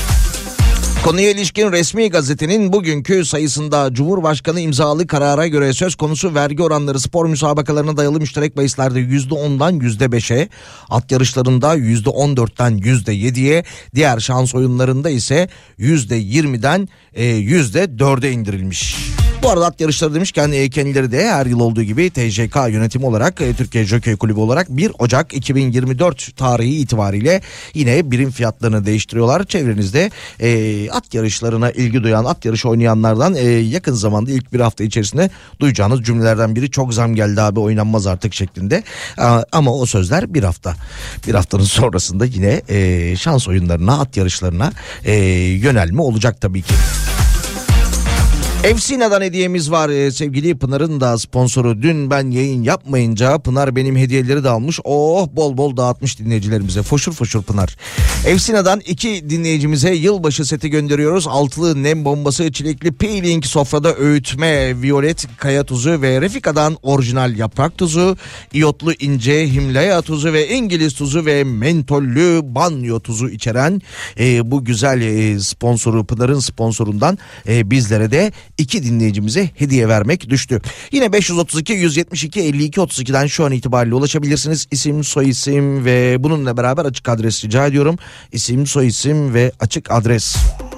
Konuya ilişkin resmi gazetenin bugünkü sayısında Cumhurbaşkanı imzalı karara göre söz konusu vergi oranları spor müsabakalarına dayalı müşterek bahislerde yüzde ondan yüzde beşe, at yarışlarında yüzde on dörtten yüzde yediye, diğer şans oyunlarında ise yüzde yirmiden yüzde dörde indirilmiş. Bu arada at yarışları demişken kendileri de her yıl olduğu gibi T J K yönetimi olarak, Türkiye Jockey Kulübü olarak bir Ocak iki bin yirmi dört tarihi itibariyle yine birim fiyatlarını değiştiriyorlar. Çevrenizde e, at yarışlarına ilgi duyan, at yarışı oynayanlardan e, yakın zamanda ilk bir hafta içerisinde duyacağınız cümlelerden biri çok zam geldi abi, oynanmaz artık şeklinde. A, ama o sözler bir hafta. Bir haftanın sonrasında yine e, şans oyunlarına, at yarışlarına e, yönelme olacak tabii ki. Efsina'dan hediyemiz var. Ee, sevgili Pınar'ın da sponsoru. Dün ben yayın yapmayınca Pınar benim hediyeleri de almış. Oh, bol bol dağıtmış dinleyicilerimize. Foşur foşur Pınar. Efsina'dan iki dinleyicimize yılbaşı seti gönderiyoruz. Altılı nem bombası, çilekli peeling, sofrada öğütme, violet kaya tuzu ve Refika'dan orijinal yaprak tuzu, iyotlu ince Himalaya tuzu ve İngiliz tuzu ve mentollü banyo tuzu içeren e, bu güzel e, sponsoru, Pınar'ın sponsorundan e, bizlere de İki dinleyicimize hediye vermek düştü. Yine beş yüz otuz iki yüz yetmiş iki elli iki otuz iki'den şu an itibariyle ulaşabilirsiniz. İsim, soyisim ve bununla beraber açık adres rica ediyorum. İsim, soyisim ve açık adres.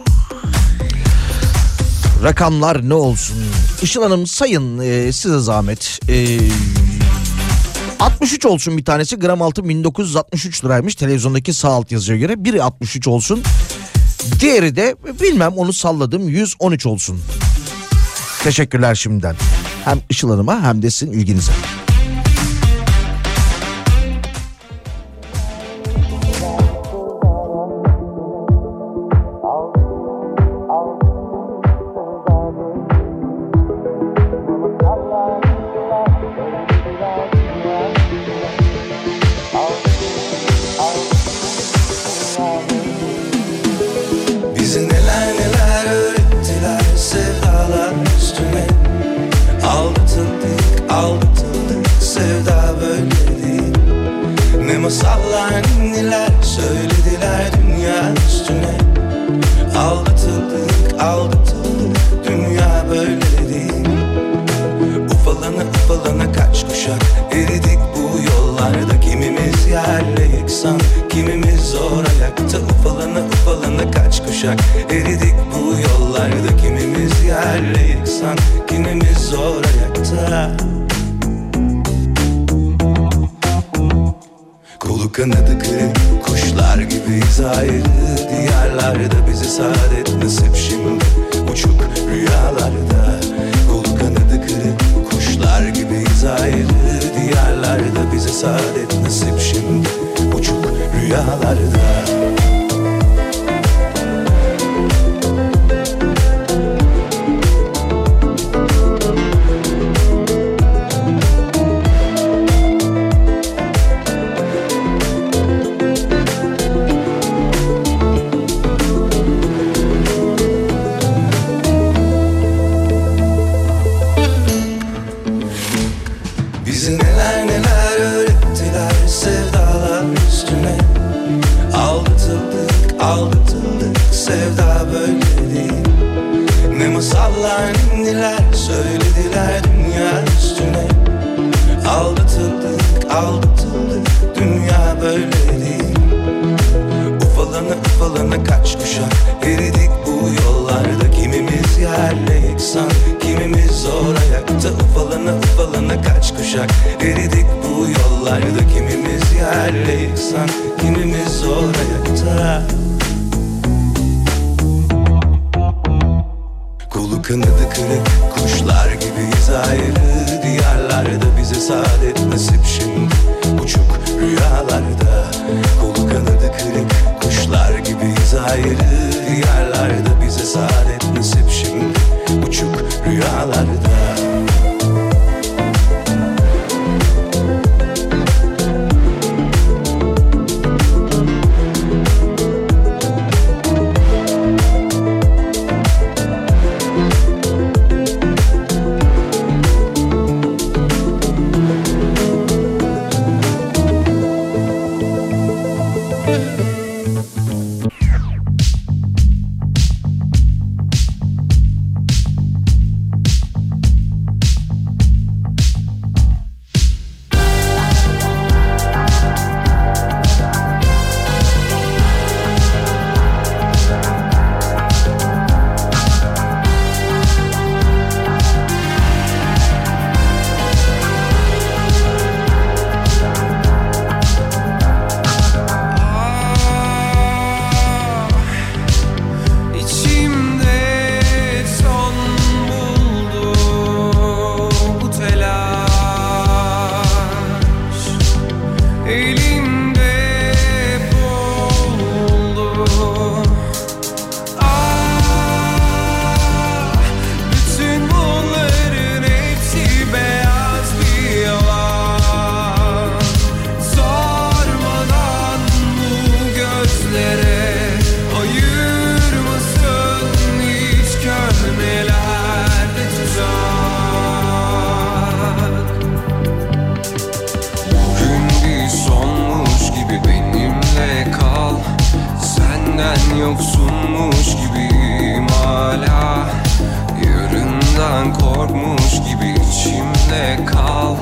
Rakamlar ne olsun? Işıl Hanım sayın, e, size zahmet. E, altmış üç olsun bir tanesi. Gram altın bin dokuz yüz altmış üç liraymış. Televizyondaki sağ alt yazıya göre. Biri altmış üç olsun. Diğeri de bilmem, onu salladım, yüz on üç olsun. Teşekkürler şimdiden. Hem Işıl Hanım'a hem de sizin ilginize. Masallar, ninniler söylediler dünya üstüne. Aldatıldık, aldatıldık, dünya böyle değil. Ufalana ufalana kaç kuşak eridik bu yollarda. Kimimiz yerle yeksan, kimimiz zor ayakta. Ufalana ufalana kaç kuşak eridik bu yollarda. Kimimiz yerle yeksan, kimimiz zor ayakta. Kolu kanadı kırık kuşlar gibiyiz ayrı diyarlarda. Bize saadet nasip şimdi uçuk rüyalarda. Kolu kanadı kırık kuşlar gibiyiz ayrı diyarlarda. Bize saadet nasip şimdi uçuk rüyalarda. Ufalana kaç kuşak eridik bu yollarda. Kimimiz yerle insan, kimimiz zor ayakta. Ufalana ufalana kaç kuşak eridik bu yollarda. Kimimiz yerle yıksan, kimimiz zor ayakta. Kolu kanadı kırık kuşlar gibiyiz ayrı. Diyarlarda bize saadet nasip şimdi, uçuk rüyalarda. Kolu kanadı kırık kuşlar gibiyiz ayrı. Diyarlarda bize saadet nasip şimdi, uçuk rüyalarda. Yoksunmuş gibiyim hala. Yarından korkmuş gibi içimde kal.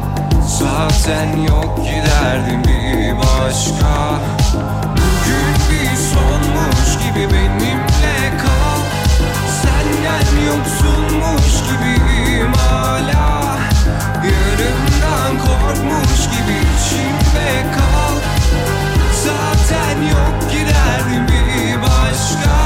Zaten yok giderdim bir başka. Bugün bir sonmuş gibi benimle kal. Senden yoksunmuş gibiyim hala. Yarından korkmuş gibi içimde kal. Zaten yok giderdim bir başka.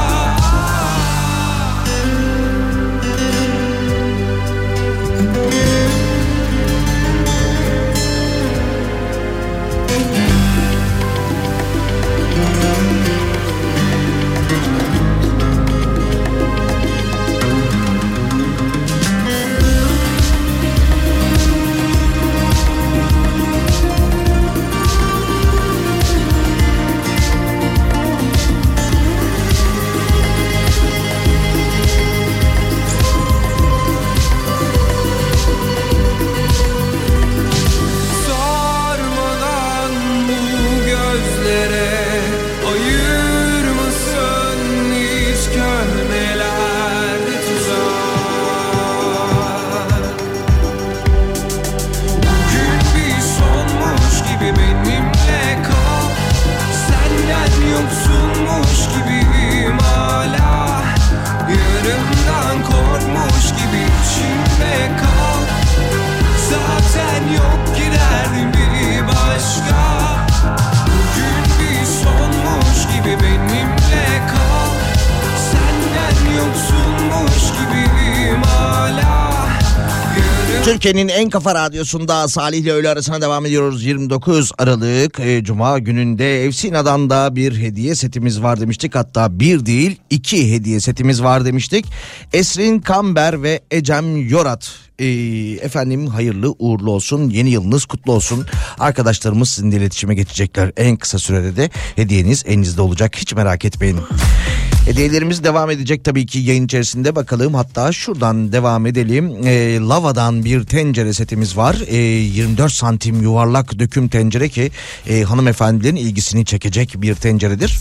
Türkiye'nin en kafa radyosunda Salih ile öğle arasına devam ediyoruz. yirmi dokuz Aralık e, Cuma gününde Efsina'dan da bir hediye setimiz var demiştik. Hatta bir değil iki hediye setimiz var demiştik. Esrin Kamber ve Ecem Yorat. E, efendim hayırlı uğurlu olsun. Yeni yılınız kutlu olsun. Arkadaşlarımız sizinle iletişime geçecekler. En kısa sürede de hediyeniz elinizde olacak. Hiç merak etmeyin. Hediyelerimiz devam edecek tabii ki yayın içerisinde, bakalım. Hatta şuradan devam edelim. E, Lava'dan bir tencere setimiz var. E, yirmi dört santim yuvarlak döküm tencere ki e, hanımefendilerin ilgisini çekecek bir tenceredir.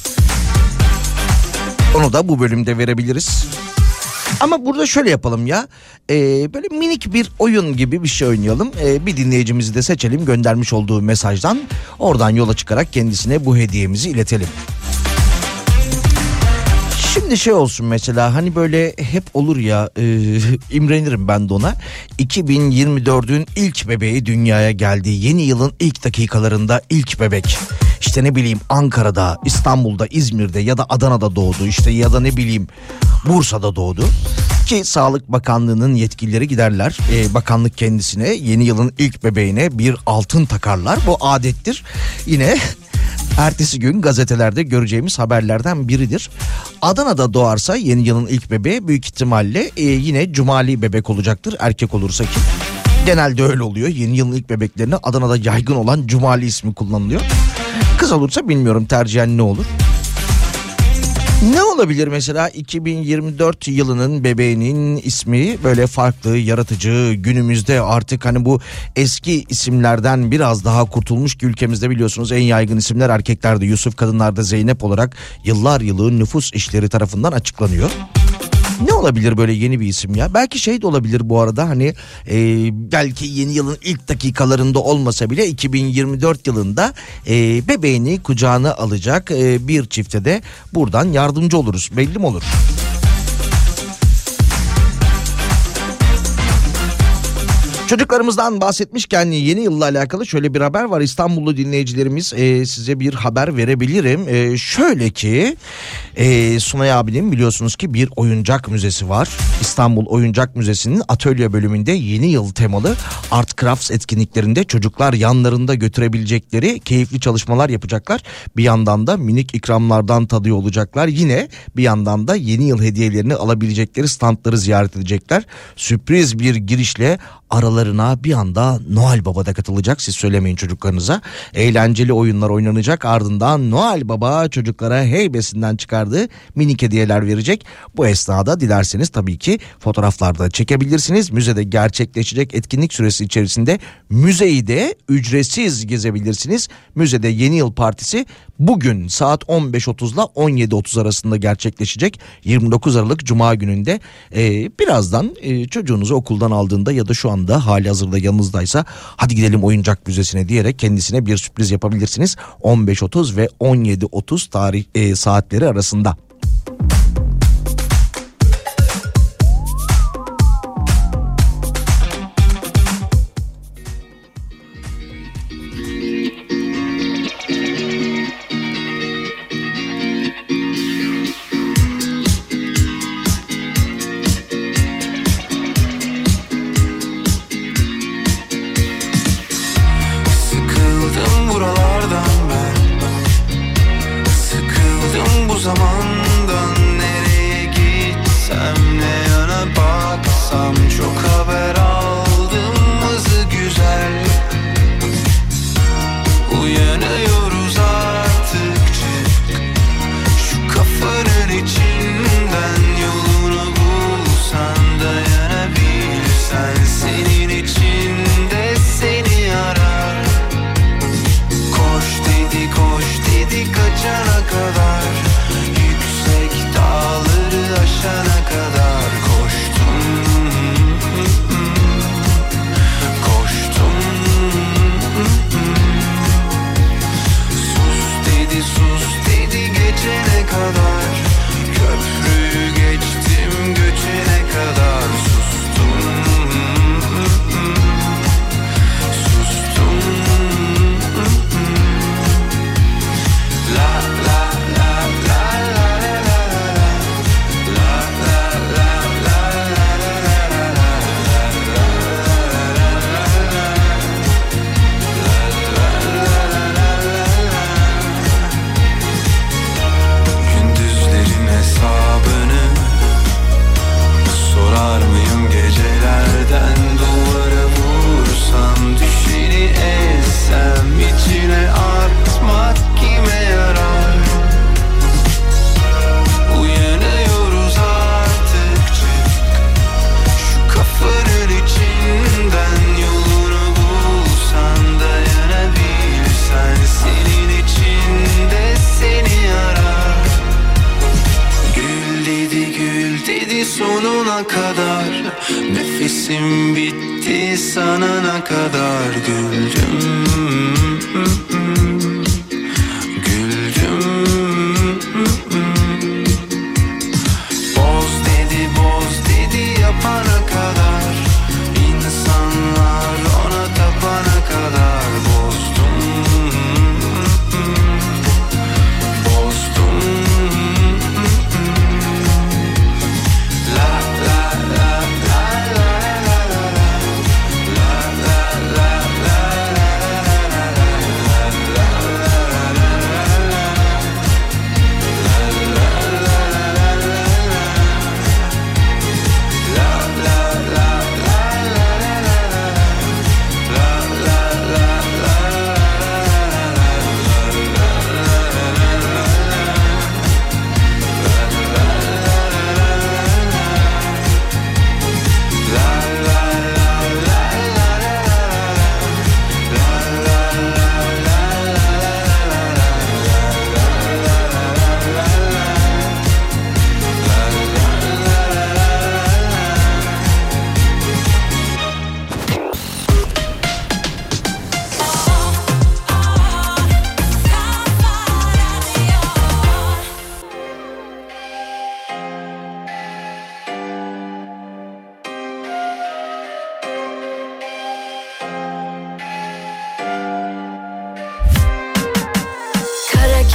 Onu da bu bölümde verebiliriz. Ama burada şöyle yapalım ya. E, böyle minik bir oyun gibi bir şey oynayalım. E, bir dinleyicimizi de seçelim, göndermiş olduğu mesajdan. Oradan yola çıkarak kendisine bu hediyemizi iletelim. Şimdi şey olsun mesela, hani böyle hep olur ya, e, imrenirim ben de ona. iki bin yirmi dördün ilk bebeği dünyaya geldi. Yeni yılın ilk dakikalarında ilk bebek. İşte ne bileyim Ankara'da, İstanbul'da, İzmir'de ya da Adana'da doğdu. İşte ya da ne bileyim Bursa'da doğdu. Ki Sağlık Bakanlığı'nın yetkilileri giderler. E, bakanlık kendisine yeni yılın ilk bebeğine bir altın takarlar. Bu adettir. Yine ertesi gün gazetelerde göreceğimiz haberlerden biridir. Adana'da doğarsa yeni yılın ilk bebeği büyük ihtimalle e, yine Cumali bebek olacaktır. Erkek olursa ki. Genelde öyle oluyor. Yeni yılın ilk bebeklerine Adana'da yaygın olan Cumali ismi kullanılıyor. Kız olursa bilmiyorum tercihen ne olur. Ne olabilir mesela iki bin yirmi dört yılının bebeğinin ismi böyle farklı, yaratıcı, günümüzde artık hani bu eski isimlerden biraz daha kurtulmuş ki ülkemizde biliyorsunuz en yaygın isimler erkeklerde Yusuf, kadınlarda Zeynep olarak yıllar yılı nüfus işleri tarafından açıklanıyor. Ne olabilir böyle yeni bir isim ya? Belki şey de olabilir bu arada, hani e, belki yeni yılın ilk dakikalarında olmasa bile iki bin yirmi dört yılında e, bebeğini kucağına alacak e, bir çifte de buradan yardımcı oluruz. Belli mi olur? Çocuklarımızdan bahsetmişken yeni yılla alakalı şöyle bir haber var. İstanbullu dinleyicilerimiz e, size bir haber verebilirim. E, şöyle ki e, Sunay abinin biliyorsunuz ki bir oyuncak müzesi var. İstanbul Oyuncak Müzesi'nin atölye bölümünde yeni yıl temalı Art Crafts etkinliklerinde çocuklar yanlarında götürebilecekleri keyifli çalışmalar yapacaklar. Bir yandan da minik ikramlardan tadıyor olacaklar. Yine bir yandan da yeni yıl hediyelerini alabilecekleri standları ziyaret edecekler. Sürpriz bir girişle aralarına bir anda Noel Baba da katılacak, siz söylemeyin çocuklarınıza. Eğlenceli oyunlar oynanacak, ardından Noel Baba çocuklara heybesinden çıkardığı minik hediyeler verecek. Bu esnada dilerseniz tabii ki fotoğraflarda çekebilirsiniz. Müzede gerçekleşecek etkinlik süresi içerisinde müzeyi de ücretsiz gezebilirsiniz. Müzede yeni yıl partisi bugün saat on beş otuz ile on yedi otuz arasında gerçekleşecek. yirmi dokuz Aralık Cuma gününde ee, birazdan e, çocuğunuzu okuldan aldığında ya da şu anda hali hazırda yanınızdaysa hadi gidelim oyuncak müzesine diyerek kendisine bir sürpriz yapabilirsiniz. on beş otuz ve on yedi otuz tarih e, saatleri arasında.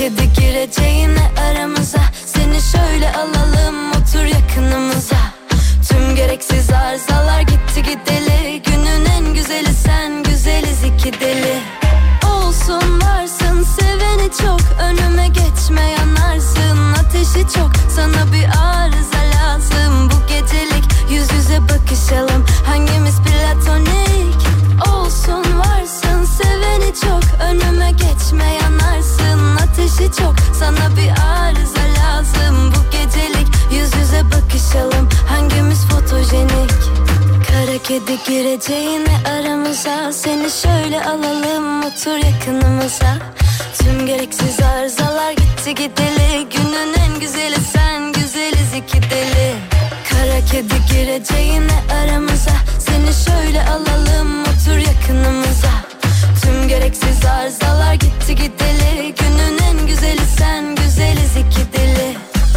kedi gireceğine aramıza, seni şöyle alalım otur yakınımıza. Tüm gereksiz arızalar gitti gideli, günün en güzeli sen, güzeliz iki deli. Olsun varsın seveni çok, önüme geçme yanarsın, ateşi çok, sana bir arıza lazım. Bu gecelik yüz yüze bakışalım, hangimiz platonik? Olsun varsın seveni çok, önüme geçme yanarsın, ateşi çok, sana bir arıza lazım. Bu gecelik yüz yüze bakışalım, hangimiz fotojenik? Kara kedi gireceğine aramıza, seni şöyle alalım otur yakınımıza. Tüm gereksiz arızalar gitti gideli, günün en güzeli sen, güzeliz iki deli. Kara kedi gireceğine aramıza, seni şöyle alalım otur yakınımıza. Tüm gereksiz arızalar gitti gideli, günün en güzeli sen, güzeliz iki deli.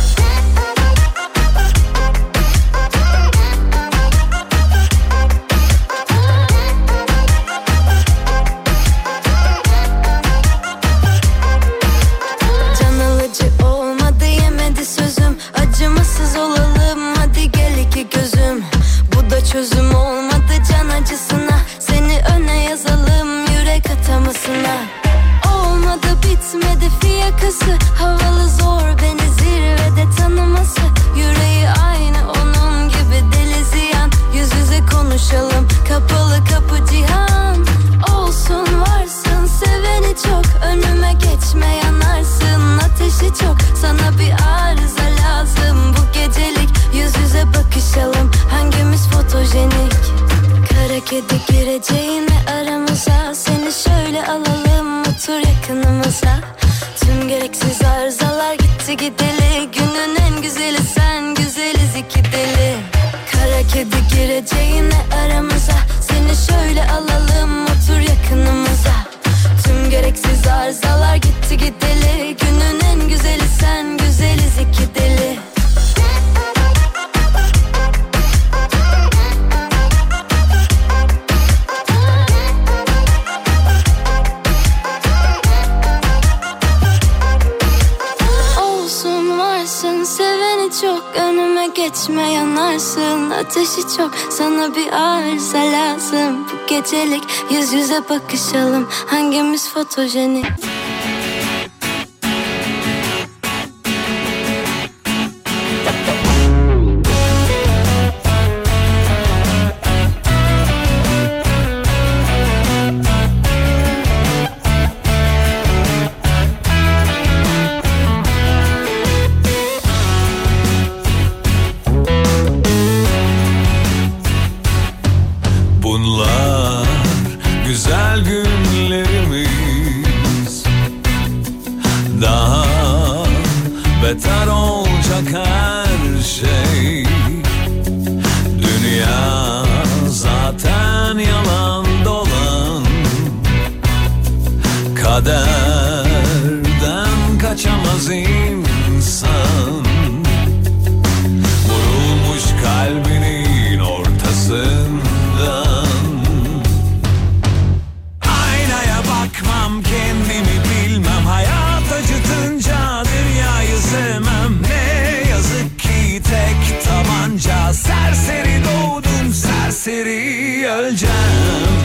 Can alıcı olmadı yemedi sözüm, acımasız olalım hadi gel iki gözüm. Bu da çözüm olmadı can acısına, seni öne yazalım yürek atamasına. Olmadı bitmedi fiyakası, havalı zor beni zirvede tanıması. Yüreği aynı onun gibi deli ziyan, yüz yüze konuşalım kapalı kapı cihan. Olsun varsın seveni çok, önüme geçme yanarsın, ateşi çok, sana bir arıza lazım. Bu gecelik yüz yüze bakışalım, hangimiz fotojenik? Kara kedi gireceğine aramıza, seni şöyle alalım otur yakınımıza. Tüm gereksiz arızalar gitti gideli, günün en güzeli sen, güzeliz iki deli. Kara kedi gireceğine aramıza, seni şöyle alalım otur yakınımıza. Tüm gereksiz arızalar gitti gideli, günün en güzeli sen, güzeliz iki deli. Olsun varsın seveni çok, önüme geçme yanarsın, ateşi çok, sana bir arıza lazım. Bu gecelik yüz yüze bakışalım, hangimiz fotojenik? Bunlar güzel günlerimiz, daha beter olacak her şey. Dünya zaten yalan dolan, kaderden kaçamaz insan. Vurulmuş kalbinin ortasından, aynaya bakmam kendimi bilmem, hayat acıtınca dünyayı sevmem. Ne yazık ki tek tabanca, serseri doğdum serseri öleceğim.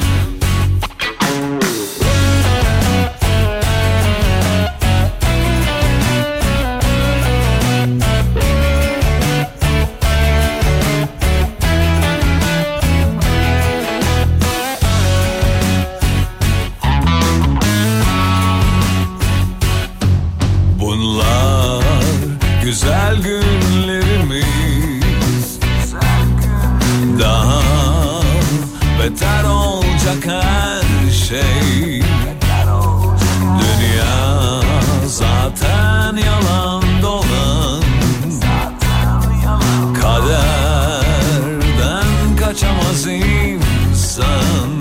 Bunlar güzel günlerimiz, daha beter olacak her şey. Dünya zaten yalan dolan, kaderden kaçamaz insan.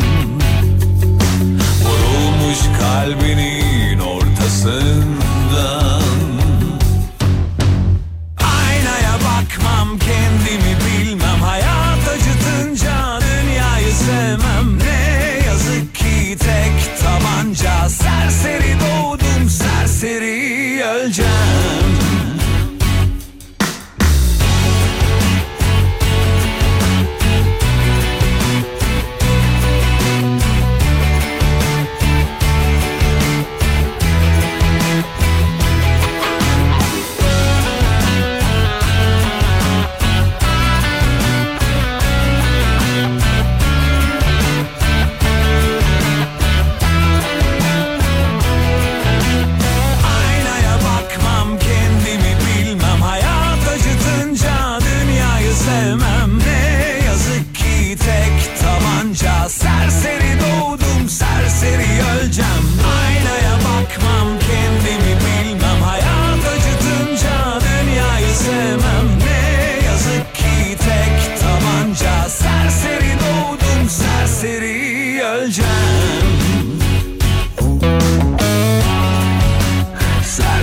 Vurulmuş kalbinin ortasından, aynaya bakmam kendimi bilmem, hayat acıtınca dünyayı sevmem. Ne yazık ki tek taban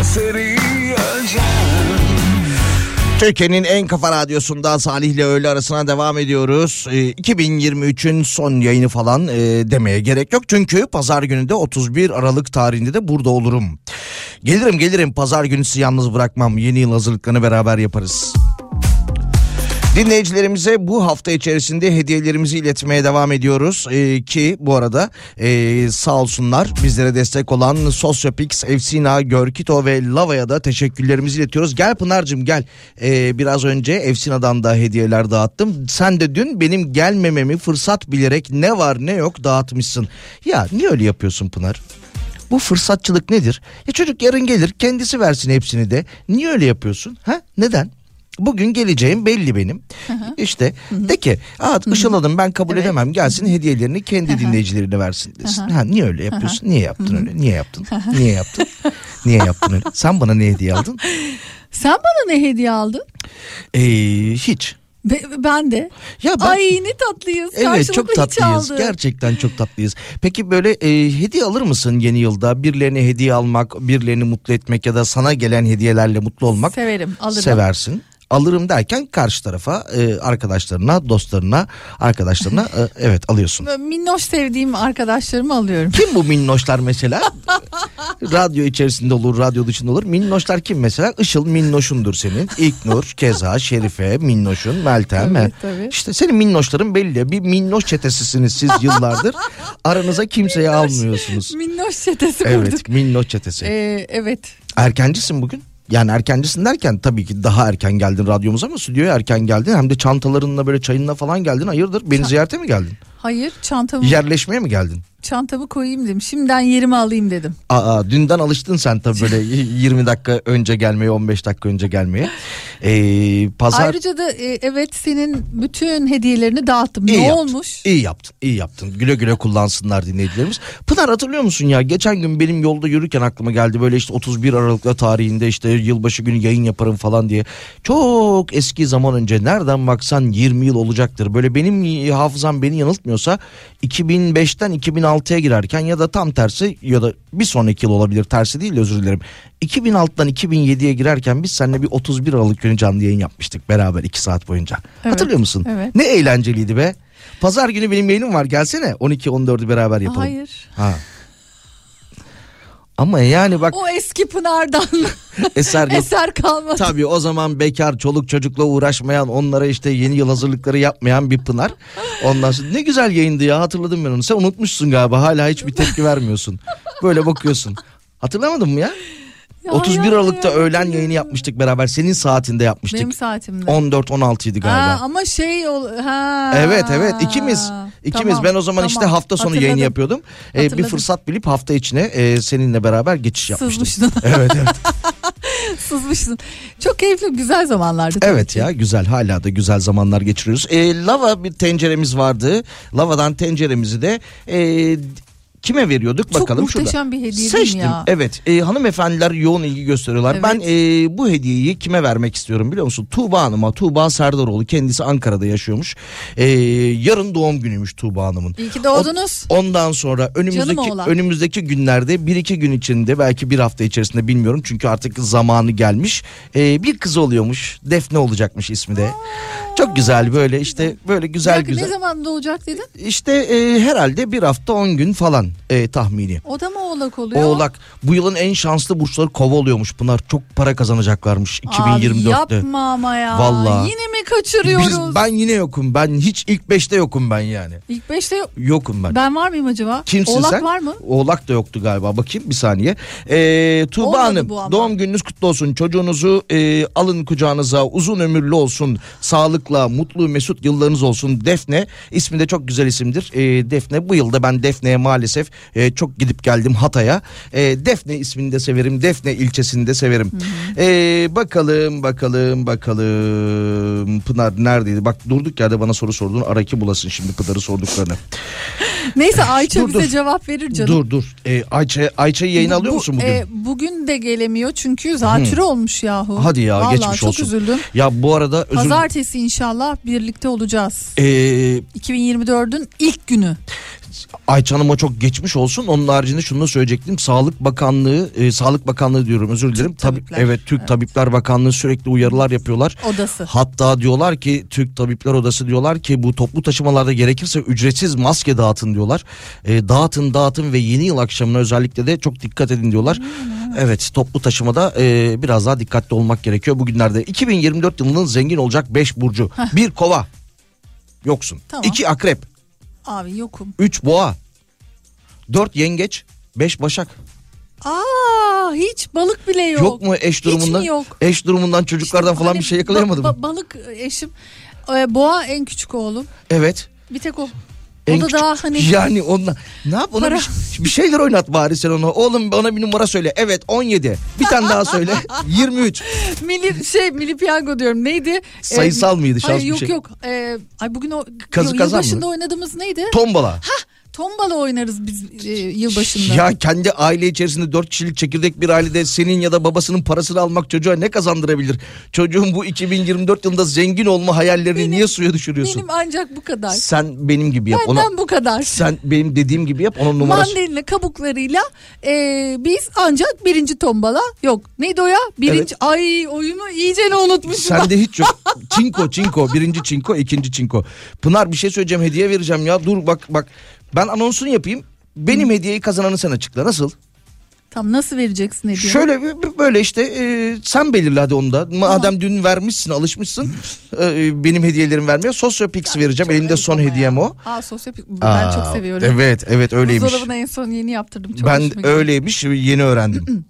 seriyeceğim. Türkiye'nin en kafa radyosunda Salih ile öğle arasına devam ediyoruz. E, iki bin yirmi üçün son yayını falan e, demeye gerek yok. Çünkü pazar günü de otuz bir Aralık tarihinde de burada olurum. Gelirim gelirim pazar günü sizi yalnız bırakmam. Yeni yıl hazırlıklarını beraber yaparız. Dinleyicilerimize bu hafta içerisinde hediyelerimizi iletmeye devam ediyoruz ee, ki bu arada e, sağ olsunlar bizlere destek olan Sosyopix, Efsina, Görkito ve Lava'ya da teşekkürlerimizi iletiyoruz. Gel Pınar'cığım gel, ee, biraz önce Efsina'dan da hediyeler dağıttım. Sen de dün benim gelmememi fırsat bilerek ne var ne yok dağıtmışsın. Ya niye öyle yapıyorsun Pınar? Bu fırsatçılık nedir? Ya çocuk yarın gelir kendisi versin hepsini de. Niye öyle yapıyorsun? Ha? Neden? Bugün geleceğim belli benim. Hı hı. İşte hı hı. de ki Aa, Işıl Hanım ben kabul evet. edemem, gelsin hediyelerini kendi hı hı. dinleyicilerine versin desin. Hı hı. Ha, niye öyle yapıyorsun? Hı hı. Niye yaptın hı hı. öyle? Niye yaptın? Hı hı. Niye yaptın? Niye yaptın öyle? Sen bana ne hediye aldın? Sen bana ne hediye aldın? Ee, hiç. Be, ben de. Ya ben, ay ne tatlıyız. Evet çok tatlıyız. Gerçekten çok tatlıyız. Peki böyle e, hediye alır mısın yeni yılda? Birilerine hediye almak, birilerini mutlu etmek ya da sana gelen hediyelerle mutlu olmak. Severim, alırım. Seversin. Alırım derken karşı tarafa, e, arkadaşlarına, dostlarına, arkadaşlarına e, evet alıyorsun. Minnoş sevdiğim arkadaşlarımı alıyorum. Kim bu minnoşlar mesela? Radyo içerisinde olur, radyo dışında olur. Minnoşlar kim mesela? Işıl minnoşundur senin. İlknur, Keza, Şerife, minnoşun, Meltem. Tabii, tabii. İşte senin minnoşların belli. Bir minnoş çetesisiniz siz yıllardır. Aranıza kimseyi minnoş, almıyorsunuz. Minnoş çetesi evet, kurduk. Evet, minnoş çetesi. Ee, evet. Erkencisin bugün. Yani erkencisin derken tabii ki daha erken geldin radyomuza ama stüdyoya erken geldin. Hem de çantalarınla böyle çayınla falan geldin. Hayırdır, beni ziyarete mi geldin? Hayır, çantamı... Yerleşmeye mi geldin? Çantamı koyayım dedim. Şimdiden yerimi alayım dedim. Aa, dünden alıştın sen tabii böyle yirmi dakika önce gelmeye, on beş dakika önce gelmeye. Ee, pazar... Ayrıca da e, evet senin bütün hediyelerini dağıttım. İyi ne yaptın, olmuş? İyi yaptın, iyi yaptın. Güle güle kullansınlar dinleyicilerimiz. Pınar hatırlıyor musun ya? Geçen gün benim yolda yürürken aklıma geldi. Böyle işte otuz bir Aralık'ta tarihinde işte yılbaşı günü yayın yaparım falan diye. Çok eski zaman önce, nereden baksan yirmi yıl olacaktır. Böyle benim hafızam beni yanıltmıyorsa iki bin beşten iki bin altıya girerken ya da tam tersi ya da bir sonraki yıl olabilir, tersi değil, özür dilerim. iki bin altıdan iki bin yediye girerken biz seninle bir otuz bir Aralık günü canlı yayın yapmıştık beraber iki saat boyunca. Evet, hatırlıyor musun? Evet. Ne eğlenceliydi be. Pazar günü benim yayınım var, gelsene on iki on dördü beraber yapalım. Hayır. Ha. Ama yani bak. O eski Pınar'dan eser, eser kalmadı. Tabii o zaman bekar, çoluk çocukla uğraşmayan, onlara işte yeni yıl hazırlıkları yapmayan bir Pınar. Ondan sonra ne güzel yayındı ya, hatırladım ben onu. Sen unutmuşsun galiba, hala hiçbir tepki vermiyorsun. Böyle bakıyorsun. Hatırlamadın mı ya? Ya otuz bir Aralık'ta ya, öğlen ya. yayını yapmıştık beraber. Senin saatinde yapmıştık. Benim saatimde. on dört on altıydı galiba. Ha, ama şey ha. Evet evet ikimiz. İkimiz tamam, ben o zaman tamam. işte hafta sonu Hatırladım. yayın yapıyordum. Ee, bir fırsat bilip hafta içine e, seninle beraber geçiş yapmıştım. Sızmıştın. Evet evet. Sızmıştın. Çok keyifli, güzel zamanlardı. Evet ki. ya güzel, hala da güzel zamanlar geçiriyoruz. E, lava bir tenceremiz vardı. Lavadan tenceremizi de e, kime veriyorduk çok bakalım. Çok muhteşem şurada. bir hediye Seçtim. ya. Evet e, hanımefendiler yoğun ilgi gösteriyorlar. Evet. Ben e, bu hediyeyi kime vermek istiyorum biliyor musun? Tuğba Hanım'a. Tuğba Serdaroğlu, kendisi Ankara'da yaşıyormuş. E, yarın doğum günüymüş Tuğba Hanım'ın. İyi ki doğdunuz. O, ondan sonra önümüzdeki önümüzdeki günlerde bir iki gün içinde, belki bir hafta içerisinde bilmiyorum. Çünkü artık zamanı gelmiş. E, bir kız oluyormuş. Defne olacakmış ismi de. Aa, çok güzel böyle işte böyle güzel Belki güzel. Ne zaman doğacak dedin? İşte e, herhalde bir hafta on gün falan. E, tahmini. O da mı Oğlak oluyor? Oğlak. Bu yılın en şanslı burçları Kova oluyormuş Pınar. Çok para kazanacaklarmış iki bin yirmi dörtte. Abi yapma ama ya. Vallahi. Yine mi kaçırıyoruz? Biz, ben yine yokum. Ben hiç ilk beşte yokum ben yani. İlk beşte yok. Yokum ben. Ben var mıyım acaba? Kimsin Oğlak sen? var mı? Oğlak da yoktu galiba. Bakayım bir saniye. Ee, Tuğba Hanım, doğum gününüz kutlu olsun. Çocuğunuzu e, alın kucağınıza. Uzun ömürlü olsun. Sağlıkla, mutlu, mesut yıllarınız olsun. Defne. İsmi de çok güzel isimdir. E, Defne. Bu yılda ben Defne'ye maalesef e, çok gidip geldim Hatay'a. E, Defne ismini de severim. Defne ilçesini de severim. E, bakalım bakalım bakalım. Pınar neredeydi? Bak durduk yerde bana soru sordun. Araki bulasın şimdi Pınar'ı sorduklarını. Neyse Ayça dur, bize dur. cevap verir canım. Dur dur. E, Ayça, Ayça'yı yayına alıyor bu, musun bugün? E, bugün de gelemiyor çünkü zatürre hmm. olmuş yahu. Hadi ya. Vallahi geçmiş çok olsun. üzüldüm. Ya bu arada özür... Pazartesi inşallah birlikte olacağız. Ee, iki bin yirmi dördün ilk günü. Ayça Hanım'a çok geçmiş olsun. Onun haricinde şunu da söyleyecektim. Sağlık Bakanlığı, e, Sağlık Bakanlığı diyorum, özür dilerim. Türk Tabipler. Evet, Türk Evet. Tabipler Bakanlığı sürekli uyarılar yapıyorlar. Odası. Hatta diyorlar ki, Türk Tabipler Odası diyorlar ki bu toplu taşımalarda gerekirse ücretsiz maske dağıtın diyorlar. E, dağıtın dağıtın ve yeni yıl akşamına özellikle de çok dikkat edin diyorlar. Hmm, evet. evet, toplu taşımada e, biraz daha dikkatli olmak gerekiyor bugünlerde. iki bin yirmi dört yılının zengin olacak beş burcu. Heh. bir Kova. Yoksun. Tamam. iki Akrep. Abi yokum. üç Boğa. dört Yengeç. beş Başak. Aa, hiç balık bile yok. Yok mu eş durumundan? Hiç mi yok? Eş durumundan çocuklardan İşte falan hani bir şey yakalayamadım. ba- ba- balık eşim. Ee, boğa en küçük oğlum. Evet. Bir tek o. En o da küçük- daha hani. Yani onunla ne yap ona Para- bir, bir şeyler oynat bari sen ona. Oğlum bana bir numara söyle. Evet on yedi. Bir tane daha söyle. yirmi üç. Milli şey milli piyango diyorum. Neydi? Sayısal mıydı, şans hayır, bir yok, şey? Yok yok. Ee, ay bugün o Kazı yo- kazan yılbaşında mı? oynadığımız neydi? Tombala. Tombala oynarız biz e, yılbaşında. Ya kendi aile içerisinde dört kişilik çekirdek bir ailede senin ya da babasının parasını almak çocuğa ne kazandırabilir? Çocuğun bu iki bin yirmi dört yılında zengin olma hayallerini Benim- niye suya düşürüyorsun? Benim ancak bu kadar. Sen benim gibi yap. Benden Ona, bu kadar. sen benim dediğim gibi yap, onun numarası. Mandalina kabuklarıyla e, biz ancak birinci tombala yok. Neydi o ya? Birinci Evet. ay oyunu iyice ne unutmuşum. Sende hiç yok. Çinko çinko. Birinci çinko, ikinci çinko. Pınar bir şey söyleyeceğim, hediye vereceğim ya. Dur bak bak. Ben anonsunu yapayım. Benim hediyeyi kazananı sen açıkla. Nasıl? Tam nasıl vereceksin hediye? Şöyle bir- böyle işte e, sen belirle hadi onu da. Madem dün vermişsin, alışmışsın. e, benim hediyelerimi vermeye. Sosyopix vereceğim. Elimde son hediyem o. Aa sosyopik ben Aa, çok seviyorum. Evet evet öyleymiş. Buzdolabını en son yeni yaptırdım. Çok Ben hoşuma gitti. öyleymiş, yeni öğrendim.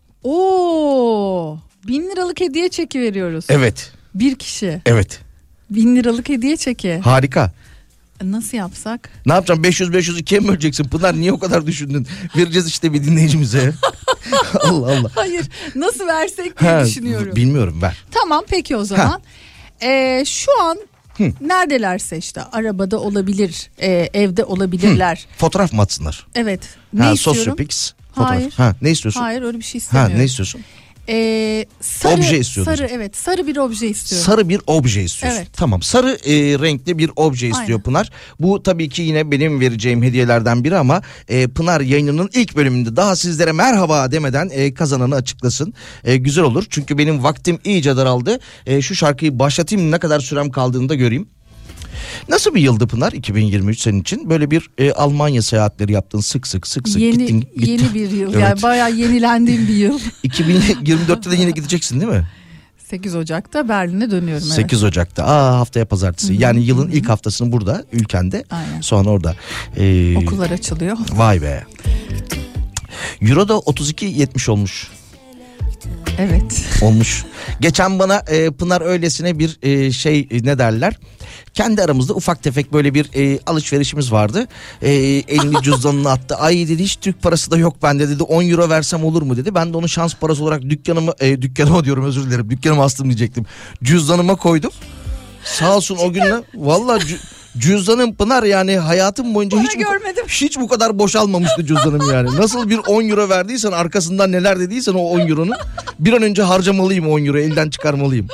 Oo, bin liralık hediye çeki veriyoruz. Evet. Bir kişi. Evet. Bin liralık hediye çeki. Harika. Nasıl yapsak? Ne yapacağım, beş yüz beş yüz ikiye mi böleceksin Pınar, niye o kadar düşündün? Vereceğiz işte bir dinleyicimize. Allah Allah. Hayır, nasıl versek diye Ha, düşünüyorum. bilmiyorum, ver. Tamam peki o zaman. Ee, şu an Hı. neredelerse işte arabada olabilir, e, evde olabilirler. Hı. Fotoğraf mı atsınlar? Evet. Ne ha, istiyorum? Sosyopix fotoğraf. Hayır. Ha, ne istiyorsun? Hayır öyle bir şey istemiyorum. Ha, ne istiyorsun? Ee, sarı, Obje istiyordun. Sarı evet sarı bir obje istiyorum. Sarı bir obje istiyorsun. Evet. Tamam, sarı e, renkli bir obje istiyor Aynen. Pınar. Bu tabii ki yine benim vereceğim hediyelerden biri ama e, Pınar yayınının ilk bölümünde daha sizlere merhaba demeden e, kazananı açıklasın. E, güzel olur çünkü benim vaktim iyice daraldı. E, şu şarkıyı başlatayım, ne kadar sürem kaldığını da göreyim. Nasıl bir yıldı Pınar iki bin yirmi üç senin için? Böyle bir e, Almanya seyahatleri yaptın, sık sık sık sık yeni, gittin. gittin. Yeni bir yıl Evet. yani bayağı yenilendiğim bir yıl. iki bin yirmi dörtte de yine gideceksin değil mi? sekiz Ocak'ta Berlin'e dönüyorum. Evet. sekiz Ocak'ta. Aa, haftaya pazartesi. Hı-hı. Yani yılın ilk haftasını burada, ülkende. Aynen. Sonra orada. Ee, Okullar açılıyor. Vay be. Euro da otuz iki yetmiş olmuş. Evet. Olmuş. Geçen bana e, Pınar öylesine bir e, şey e, ne derler? Kendi aramızda ufak tefek böyle bir e, alışverişimiz vardı. E, elini cüzdanına attı. Ay dedi, hiç Türk parası da yok bende dedi. on euro versem olur mu dedi. Ben de onu şans parası olarak dükkanıma e, dükkanıma diyorum, özür dilerim. Dükkanıma astım diyecektim. Cüzdanıma koydum. Sağ olsun o günler. Vallahi cü- cüzdanım Pınar yani hayatım boyunca hiç bu, hiç bu kadar boşalmamıştı cüzdanım yani. Nasıl bir on euro verdiysen, arkasından neler dediysen o on euronun, bir an önce harcamalıyım on euro, elden çıkarmalıyım.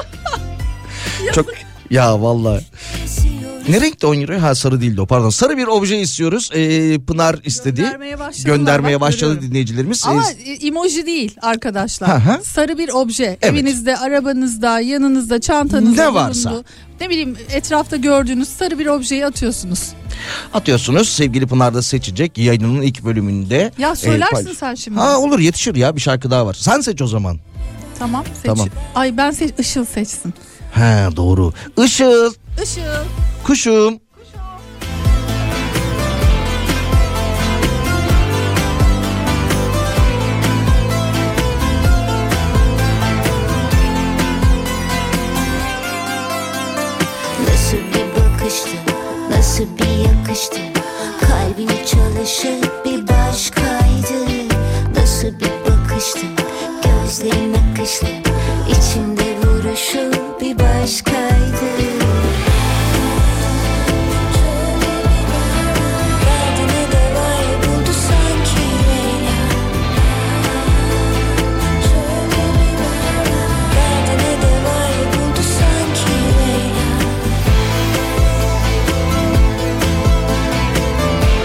Çok ya vallahi. Ne renkti on euro? Ha, sarı değildi o, pardon. Sarı bir obje istiyoruz. Ee, Pınar istedi. Göndermeye başladı. Göndermeye Bak, başladı görüyorum. dinleyicilerimiz. Ama Ee, emoji değil arkadaşlar. Hı hı. Sarı bir obje. Evet. Evinizde, arabanızda, yanınızda, çantanızda Ne varsa. bulunduğu, ne bileyim etrafta gördüğünüz sarı bir objeyi atıyorsunuz. atıyorsunuz. Sevgili Pınar da seçecek yayınının ilk bölümünde. Ya söylersin pay- sen şimdi. Ha, olur, yetişir ya, bir şarkı daha var. Sen seç o zaman. Tamam seç. Tamam. Ay ben seç, Işıl seçsin. He, doğru. Işıl. Işıl. Kuşum. Nasıl bir bakıştı, nasıl bir yakıştı, kalbini çalışıp bir başkaydı. Nasıl bir bakıştı, gözlerin akıştı, içimde vuruşu bir başkaydı. Kendine devayı buldu sanki Leyla. Kendine devayı buldu sanki Leyla.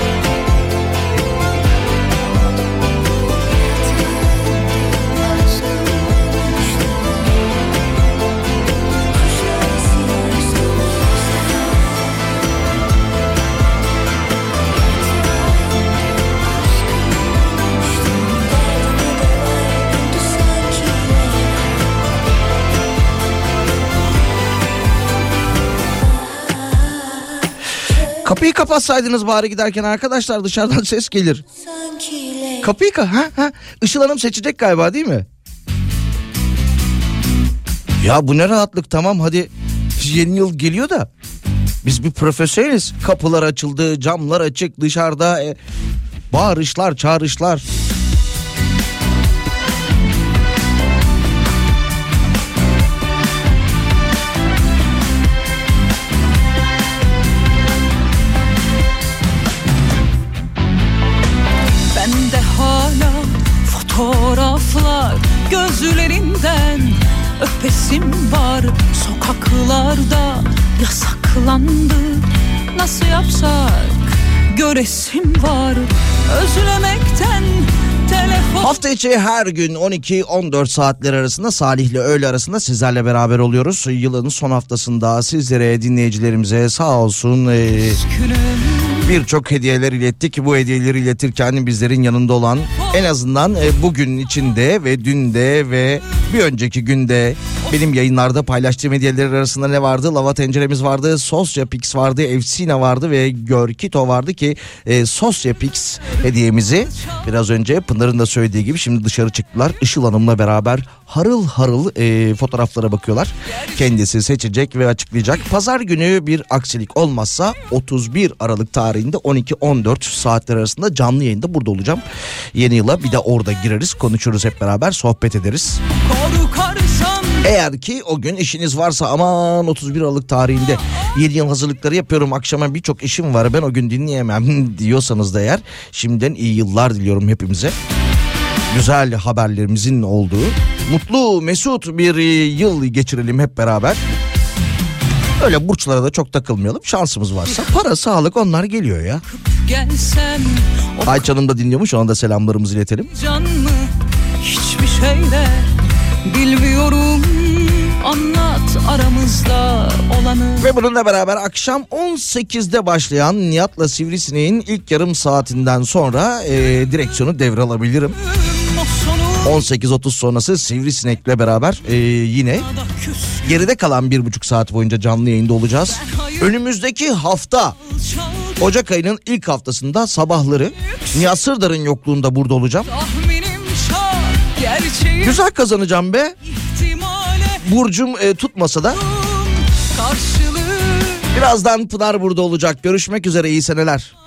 Kapıyı kapatsaydınız bari giderken arkadaşlar, dışarıdan ses gelir. Kapıyı ka ha ha. Işıl Hanım seçecek galiba değil mi? Ya bu ne rahatlık, tamam hadi yeni yıl geliyor da biz bir profesyoneliz. Kapılar açıldı, camlar açık, dışarıda e, bağırışlar, çağrışlar. Bende hala fotoğraflar, gözlerinden öpesim var. Sokaklarda yasaklandı, nasıl yapsak göresim var. Özlemekten telefon... Hafta içi her gün on iki on dört saatler arasında, Salih ile öğle arasında sizlerle beraber oluyoruz. Yılın son haftasında sizlere, dinleyicilerimize sağ olsun ee, birçok hediyeler ilettik. Bu hediyeleri iletirken bizlerin yanında olan, en azından e, bugün içinde ve dün de ve bir önceki günde benim yayınlarda paylaştığım hediyeler arasında ne vardı? Lava tenceremiz vardı, Sosyapix vardı, Efsina vardı ve Görkito vardı ki e, Sosyapix hediyemizi biraz önce Pınar'ın da söylediği gibi şimdi dışarı çıktılar. Işıl Hanım'la beraber harıl harıl e, fotoğraflara bakıyorlar. Kendisi seçecek ve açıklayacak. Pazar günü bir aksilik olmazsa otuz bir Aralık tarihinde on iki on dört saatler arasında canlı yayında burada olacağım. Yeni yıla bir de orada gireriz, konuşuruz hep beraber, sohbet ederiz. Eğer ki o gün işiniz varsa, aman otuz bir Aralık tarihinde yeni yıl hazırlıkları yapıyorum, akşama birçok işim var, ben o gün dinleyemem diyorsanız da eğer, şimdiden iyi yıllar diliyorum hepimize. Güzel haberlerimizin olduğu, mutlu mesut bir yıl geçirelim hep beraber. Öyle burçlara da çok takılmayalım. Şansımız varsa para, sağlık, onlar geliyor ya. Gelsem, Ayça Hanım da dinliyormuş, ona da selamlarımızı iletelim. Can mı? Hiçbir şeyle bilmiyorum, anlat aramızda olanı. Ve bununla beraber akşam on sekizde başlayan Nihat'la Sivrisineğin ilk yarım saatinden sonra e, direksiyonu devralabilirim. on sekiz otuz sonrası Sivrisinek'le beraber e, yine geride kalan bir buçuk saat boyunca canlı yayında olacağız. Önümüzdeki hafta, Ocak ayının ilk haftasında sabahları Nihat Sırdar'ın yokluğunda burada olacağım. Güzel kazanacağım be. Burcum e, tutmasa da. Birazdan Pınar burada olacak. Görüşmek üzere, iyi seneler.